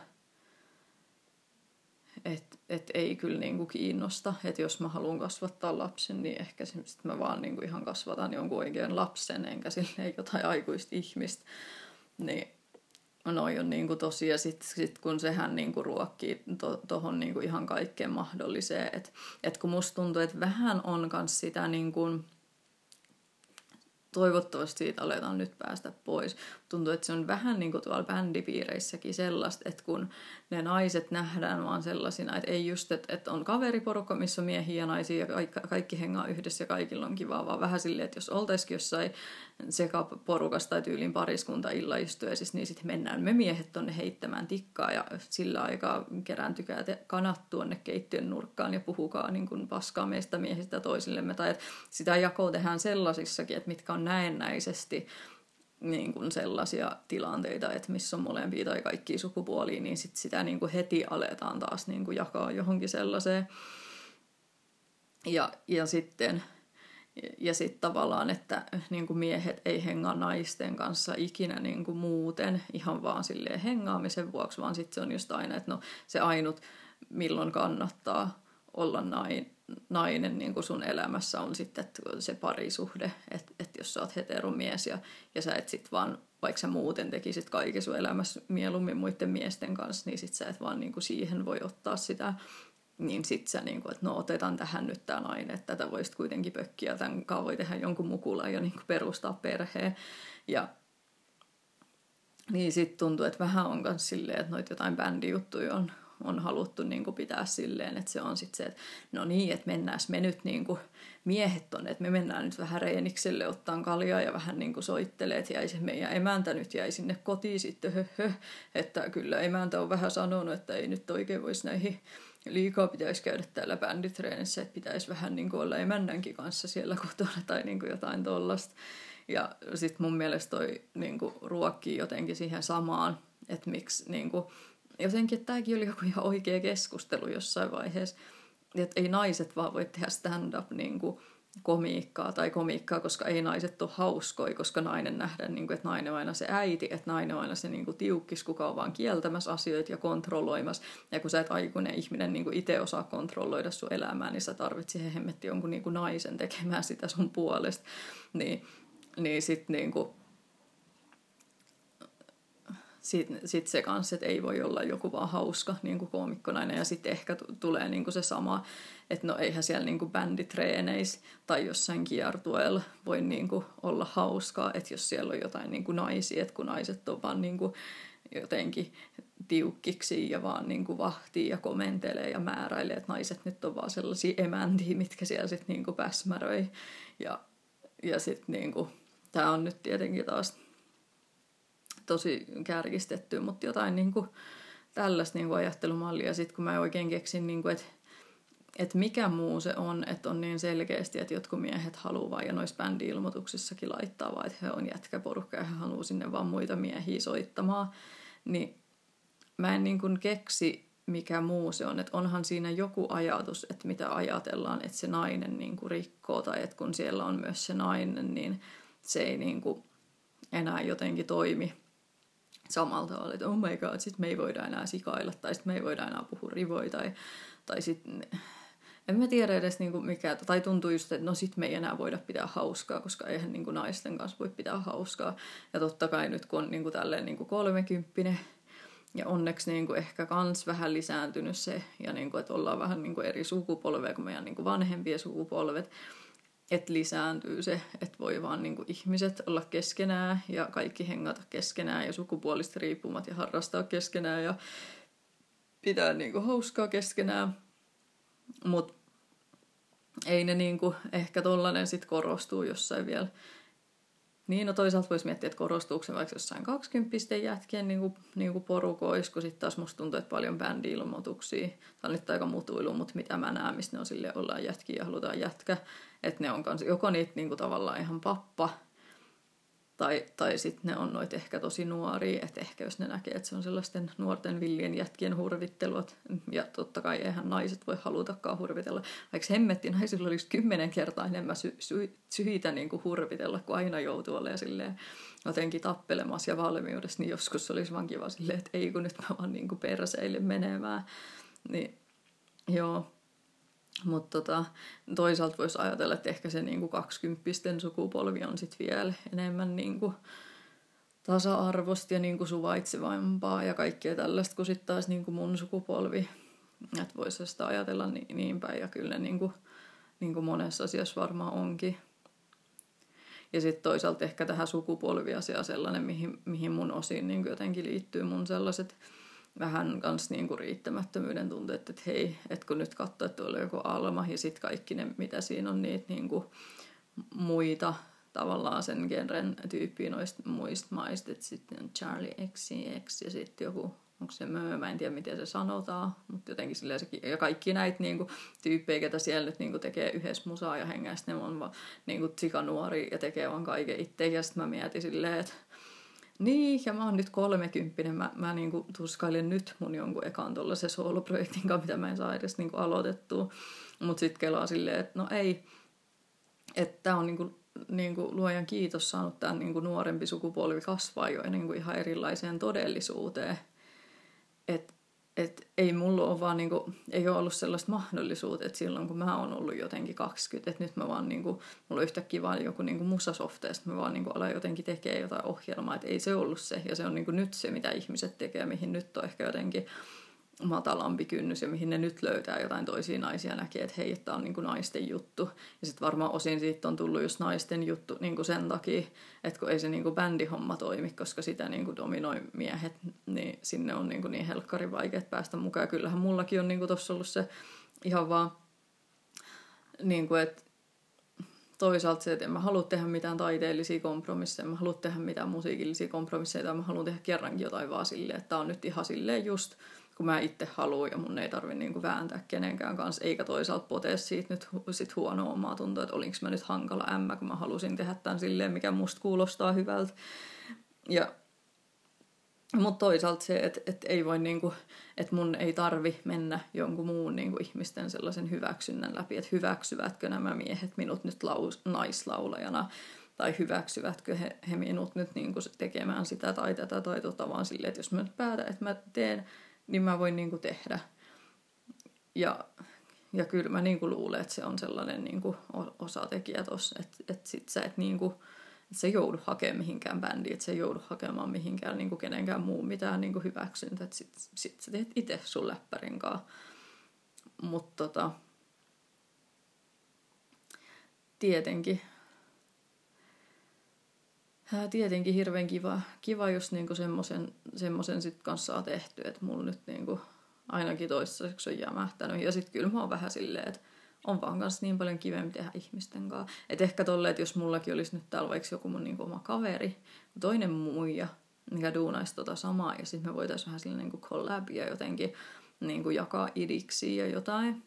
Speaker 1: että et ei kyllä niinku kiinnosta. Että jos mä haluan kasvattaa lapsen, niin ehkä sit mä vaan niinku ihan kasvatan jonkun oikean lapsen, enkä silleen jotain aikuista ihmistä. Niin noi on niinku tosi, ja sitten sit kun sehän niinku ruokkii tuohon to, niinku ihan kaikkeen mahdolliseen. Että et kun musta tuntuu, että vähän on kans sitä, niinku, toivottavasti siitä aletaan nyt päästä pois. Tuntuu, että se on vähän niin kuin tuolla bändipiireissäkin sellaista, että kun ne naiset nähdään vaan sellaisina, että ei just, että, että on kaveriporukka, missä on miehiä ja naisia ja kaikki, kaikki hengaa yhdessä ja kaikilla on kivaa, vaan vähän silleen, että jos oltaisikin jossain sekaporukasta tai tyylin pariskunta illaistujaisissa, niin sitten mennään me miehet tonne heittämään tikkaa ja sillä aikaa kerääntykää te kanat tuonne keittiön nurkkaan ja puhukaa niin kuin paskaa meistä miehistä toisillemme. Tai että sitä jakoa tehdään sellaisissakin, että mitkä on näennäisesti niin kuin sellaisia tilanteita, että missä on molempia tai kaikkia sukupuolia, niin sit sitä niin kuin heti aletaan taas niin kuin jakaa johonkin sellaiseen. Ja, ja sitten ja sitten tavallaan, että niin kuin miehet ei hengaa naisten kanssa ikinä niin kuin muuten, ihan vaan silleen hengaamisen vuoksi, vaan sitten se on just aina, että no se ainut, milloin kannattaa olla nain, nainen niin kuin sun elämässä on sitten se parisuhde, että et jos sä oot heteromies ja, ja sä et sit vaan, vaikka sä muuten tekisit kaiken sun elämässä mieluummin muiden miesten kanssa, niin sit sä et vaan niin kuin siihen voi ottaa sitä, niin sit sä niin kuin, että no otetaan tähän nyt tää nainen, että tätä voisit kuitenkin pökkiä, tämän kanssa voi tehdä jonkun mukulan ja niin kuin perustaa perheen. Ja niin sit tuntuu, että vähän on myös silleen, että noita jotain bändijuttuja on, on haluttu niin kuin pitää silleen, että se on sitten se, että no niin, että mennään me nyt niin kuin miehet tonne, että me mennään nyt vähän reenikselle ottaan kaljaa ja vähän niin kuin soittelee, että jäi se meidän emäntä nyt jäi sinne kotiin sitten, hö, hö, että kyllä emäntä on vähän sanonut, että ei nyt oikein voisi näihin liikaa pitäisi käydä täällä bänditreenissä, että pitäisi vähän niin kuin olla emännänkin kanssa siellä kotona tai niin kuin jotain tollasta. Ja sitten mun mielestä toi niin kuin ruokkii jotenkin siihen samaan, että miksi niin kuin jotenkin, että tämäkin oli joku ihan oikea keskustelu jossain vaiheessa, että ei naiset vaan voi tehdä stand-up niin kuin komiikkaa tai komiikkaa, koska ei naiset ole hauskoja, koska nainen nähdään, niin kuin, että nainen on aina se äiti, että nainen on aina se niin kuin tiukkis, kuka on vaan kieltämässä asioita ja kontrolloimassa. Ja kun sä et aikuinen ihminen niin kuin itse osaa kontrolloida sun elämää, niin sä tarvitset siihen hemmetti jonkun niin kuin naisen tekemään sitä sun puolesta. Niin, niin sitten niin kuin Sitten sit se kanssa, että ei voi olla joku vaan hauska niin kuin koomikkonainen. Ja sitten ehkä t- tulee niin kuin se sama, että no eihän siellä niin kuin bänditreeneissä tai jossain kiertueella voi niin kuin olla hauskaa. Että jos siellä on jotain niin kuin naisia, että kun naiset on vaan niin kuin jotenkin tiukkiksi ja vaan niin kuin vahtii ja komentelee ja määräilee. Että naiset nyt on vaan sellaisia emäntiä, mitkä siellä sitten niin kuin päsmäröi. Ja, ja sitten niin kuin, tämä on nyt tietenkin taas tosi kärkistetty, mutta jotain niin kuin tällaista niin kuin ajattelumallia. Sitten kun mä oikein keksin, niin kuin, että, että mikä muu se on, että on niin selkeästi, että jotkut miehet haluaa ja noissa bändi-ilmoituksissakin laittaa vaan, että he on jätkäporukka ja he haluaa sinne vaan muita miehiä soittamaan. Niin mä en niin kuin keksi, mikä muu se on. Että onhan siinä joku ajatus, että mitä ajatellaan, että se nainen niin kuin rikkoo tai että kun siellä on myös se nainen, niin se ei niin kuin enää jotenkin toimi samalla tavalla, että oh my god, sit me ei voida enää sikailla, tai sit me ei voida enää puhua rivoja, tai, tai sit, en mä tiedä edes niinku mikä, tai tuntuu just, että no sit me ei enää voida pitää hauskaa, koska eihän niinku naisten kanssa voi pitää hauskaa, ja totta kai nyt kun on niinku tälleen niinku kolmekymppinen, Ja onneksi niin kuin ehkä kans vähän lisääntynyt se, ja niin kuin, että ollaan vähän niin kuin eri sukupolveja kuin meidän niin kuin vanhempien sukupolvet, että lisääntyy se, että voi vaan niin kuin ihmiset olla keskenään ja kaikki hengata keskenään ja sukupuolista riippumat ja harrastaa keskenään ja pitää niin kuin hauskaa keskenään. Mutta ei ne niin kuin, ehkä tollainen sit korostuu jossain vielä. Niin, no toisaalta voisi miettiä, että korostuuko se vaikka jossain kaksikymppisten jätkien niin kuin, niin kuin porukoissa, kun sitten taas musta tuntuu, että paljon bändi-ilmoituksia. Tämä on nyt aika mutuilu, mutta mitä mä näen, missä ne on silleen, ollaan jätkiä ja halutaan jätkä. Että ne on kans, joko niitä niin kuin tavallaan ihan pappa, tai, tai sitten ne on noita ehkä tosi nuoria, että ehkä jos ne näkee, että se on sellaisten nuorten villien jätkien hurvittelua, ja totta kai eihän naiset voi halutakaan hurvitella, vaikka hemmetti naisilla olisi kymmenen kertaa enemmän sy- sy- syitä niin kuin hurvitella, kun aina joutuu olemaan silleen jotenkin tappelemassa ja valmiudessa, niin joskus olisi vaan kiva silleen, että ei kun nyt mä vaan niin kuin perseille menemään, niin joo. Mutta tota, toisaalta voisi ajatella, että ehkä se niinku kaksikymppisten sukupolvi on sitten vielä enemmän niinku tasa-arvosta ja niinku suvaitsevampaa ja kaikkea tällaista kuin sitten taas niinku mun sukupolvi. Että voisi sitä ajatella niin, niin päin ja kyllä niinku, niinku monessa asiassa varmaan onkin. Ja sitten toisaalta ehkä tähän sukupolviasiaan sellainen, mihin, mihin mun osin niinku jotenkin liittyy mun sellaiset vähän kans niinku riittämättömyyden tunteet, että hei, että kun nyt katsoo, että tuolla on joku Alma ja sitten kaikki ne, mitä siinä on niitä niinku muita tavallaan sen genren tyyppiä noista muista maista, että sitten on Charlie X X ja sitten joku, onko se Mö, mä en tiedä miten se sanotaan, mutta jotenkin silleen sekin, ja kaikki näitä niinku tyyppejä, ketä siellä nyt niinku tekee yhdessä musaa ja hengää, sitten ne on vaan niinku sikanuoria ja tekee vaan kaiken itse, ja sitten mä mietin silleen, että niin, ja mä oon nyt kolmekymppinen. Mä, mä niinku tuskailen nyt mun jonkun ekan tollasen sooloprojektin kanssa, mitä mä en saa edes niinku aloitettua. Mut sit kelaa silleen, että no ei, että tää on niinku, niinku luojan kiitos saanut tää niinku nuorempi sukupolvi kasvaa jo niinku ihan erilaiseen todellisuuteen. Että et ei mulla ole vaan niinku, ei ole ollut sellaista mahdollisuutta, että silloin kun mä oon ollut jotenkin kaksikymmentä, että nyt mä vaan niinku, mulla on yhtäkkiä vaan joku niinku musasofte, ja mä vaan niinku alan jotenkin tekee jotain ohjelmaa, että ei se ollut se, ja se on niinku nyt se, mitä ihmiset tekee, mihin nyt on ehkä jotenkin matalampi kynnys, ja mihin ne nyt löytää jotain toisia naisia, näkee, että hei, tämä on niinku naisten juttu. Ja sitten varmaan osin siitä on tullut just naisten juttu niinku sen takia, että kun ei se niinku bändihomma toimi, koska sitä niinku dominoi miehet, niin sinne on niinku niin helkkari vaikea päästä mukaan. Ja kyllähän mullakin on niinku tossa ollut se ihan vaan, niinku, että toisaalta se, että en mä halua tehdä mitään taiteellisia kompromisseja, en mä halua tehdä mitään musiikillisia kompromisseja, tai mä haluan tehdä kerrankin jotain vaan silleen, että tää on nyt ihan silleen just kun mä itse haluan ja mun ei tarvi niinku vääntää kenenkään kanssa, eikä toisaalta potea siitä nyt hu- sit huonoa omaa tuntua, että olinko mä nyt hankala ämmä, kun mä halusin tehdä tämän silleen, mikä musta kuulostaa hyvältä. Ja, mutta toisaalta se, että et ei voi niinku, että mun ei tarvi mennä jonkun muun niinku ihmisten sellaisen hyväksynnän läpi, että hyväksyvätkö nämä miehet minut nyt laus- naislaulajana, tai hyväksyvätkö he, he minut nyt niinku tekemään sitä tai tätä tai tota, vaan silleen, että jos mä nyt päätän, että mä teen, niin mä voin niinku tehdä. Ja, ja kyllä mä niinku luulen, että se on sellainen niinku osatekijä tossa, että et sit sä et niinku, et sä joudu hakemaan mihinkään bändiin, että sä joudu hakemaan mihinkään niinku kenenkään muun mitään niinku hyväksyntä, että sit, sit sä teet itse sun läppärin kanssa. Mutta tota, tietenkin, Tietenkin hirveän kiva, kiva jos niinku semmoisen, semmoisen sit kanssa saa tehty, että mulla nyt niinku ainakin toistaiseksi on jämähtänyt. Ja sitten kyllä mä oon vähän silleen, että on vaan kanssa niin paljon kivempi tehdä ihmisten kanssa. Että ehkä tolleen, että jos mullakin olisi nyt täällä vaikka joku mun niinku oma kaveri, toinen muija, mikä duunaisi tota samaa, ja sitten me voitaisiin vähän silleen niinku collabia jotenkin niinku jakaa idiksiä ja jotain,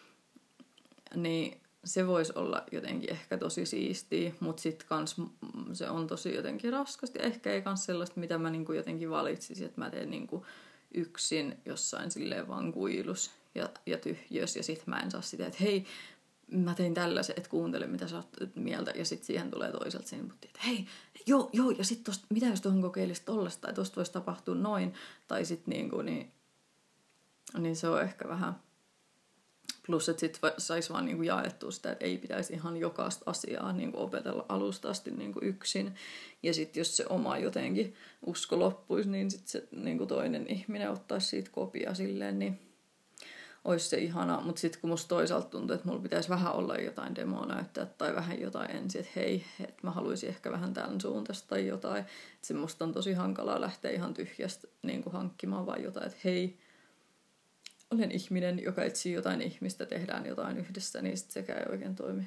Speaker 1: niin se voisi olla jotenkin ehkä tosi siistiä, mutta sitten kans se on tosi jotenkin raskasti. Ehkä ei kans sellaista, mitä mä niinku jotenkin valitsisin, että mä teen niinku yksin jossain silleen vaan kuilus ja, ja tyhjös. Ja sit mä en saa sitä, että hei, mä tein tällaisen, että kuuntele mitä sä oot mieltä. Ja sit siihen tulee toiselta sen, että hei, joo, joo, ja sit tosta, mitä jos tuohon kokeilisi tollasta, tai tosta voisi tapahtua noin. Tai sit niinku, niin, niin se on ehkä vähän Plus, että sitten saisi vaan niinku jaettua sitä, että ei pitäisi ihan jokaista asiaa niinku opetella alusta asti niinku yksin. Ja sitten jos se oma jotenkin usko loppuisi, niin sitten se niinku toinen ihminen ottaisi siitä kopia silleen, niin olisi se ihanaa. Mutta sitten kun musta toisaalta tuntuu, että mulla pitäisi vähän olla jotain demoa näyttää tai vähän jotain ensin, että hei, että mä haluaisin ehkä vähän tämän suuntaista tai jotain. Että se musta on tosi hankalaa lähteä ihan tyhjästä niinku hankkimaan vaan jotain, että hei, olen ihminen, joka etsii jotain ihmistä, tehdään jotain yhdessä, niin sitten sekään ei oikein toimi.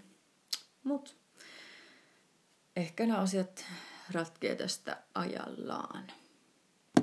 Speaker 1: Mut ehkä nämä asiat ratkee tästä ajallaan.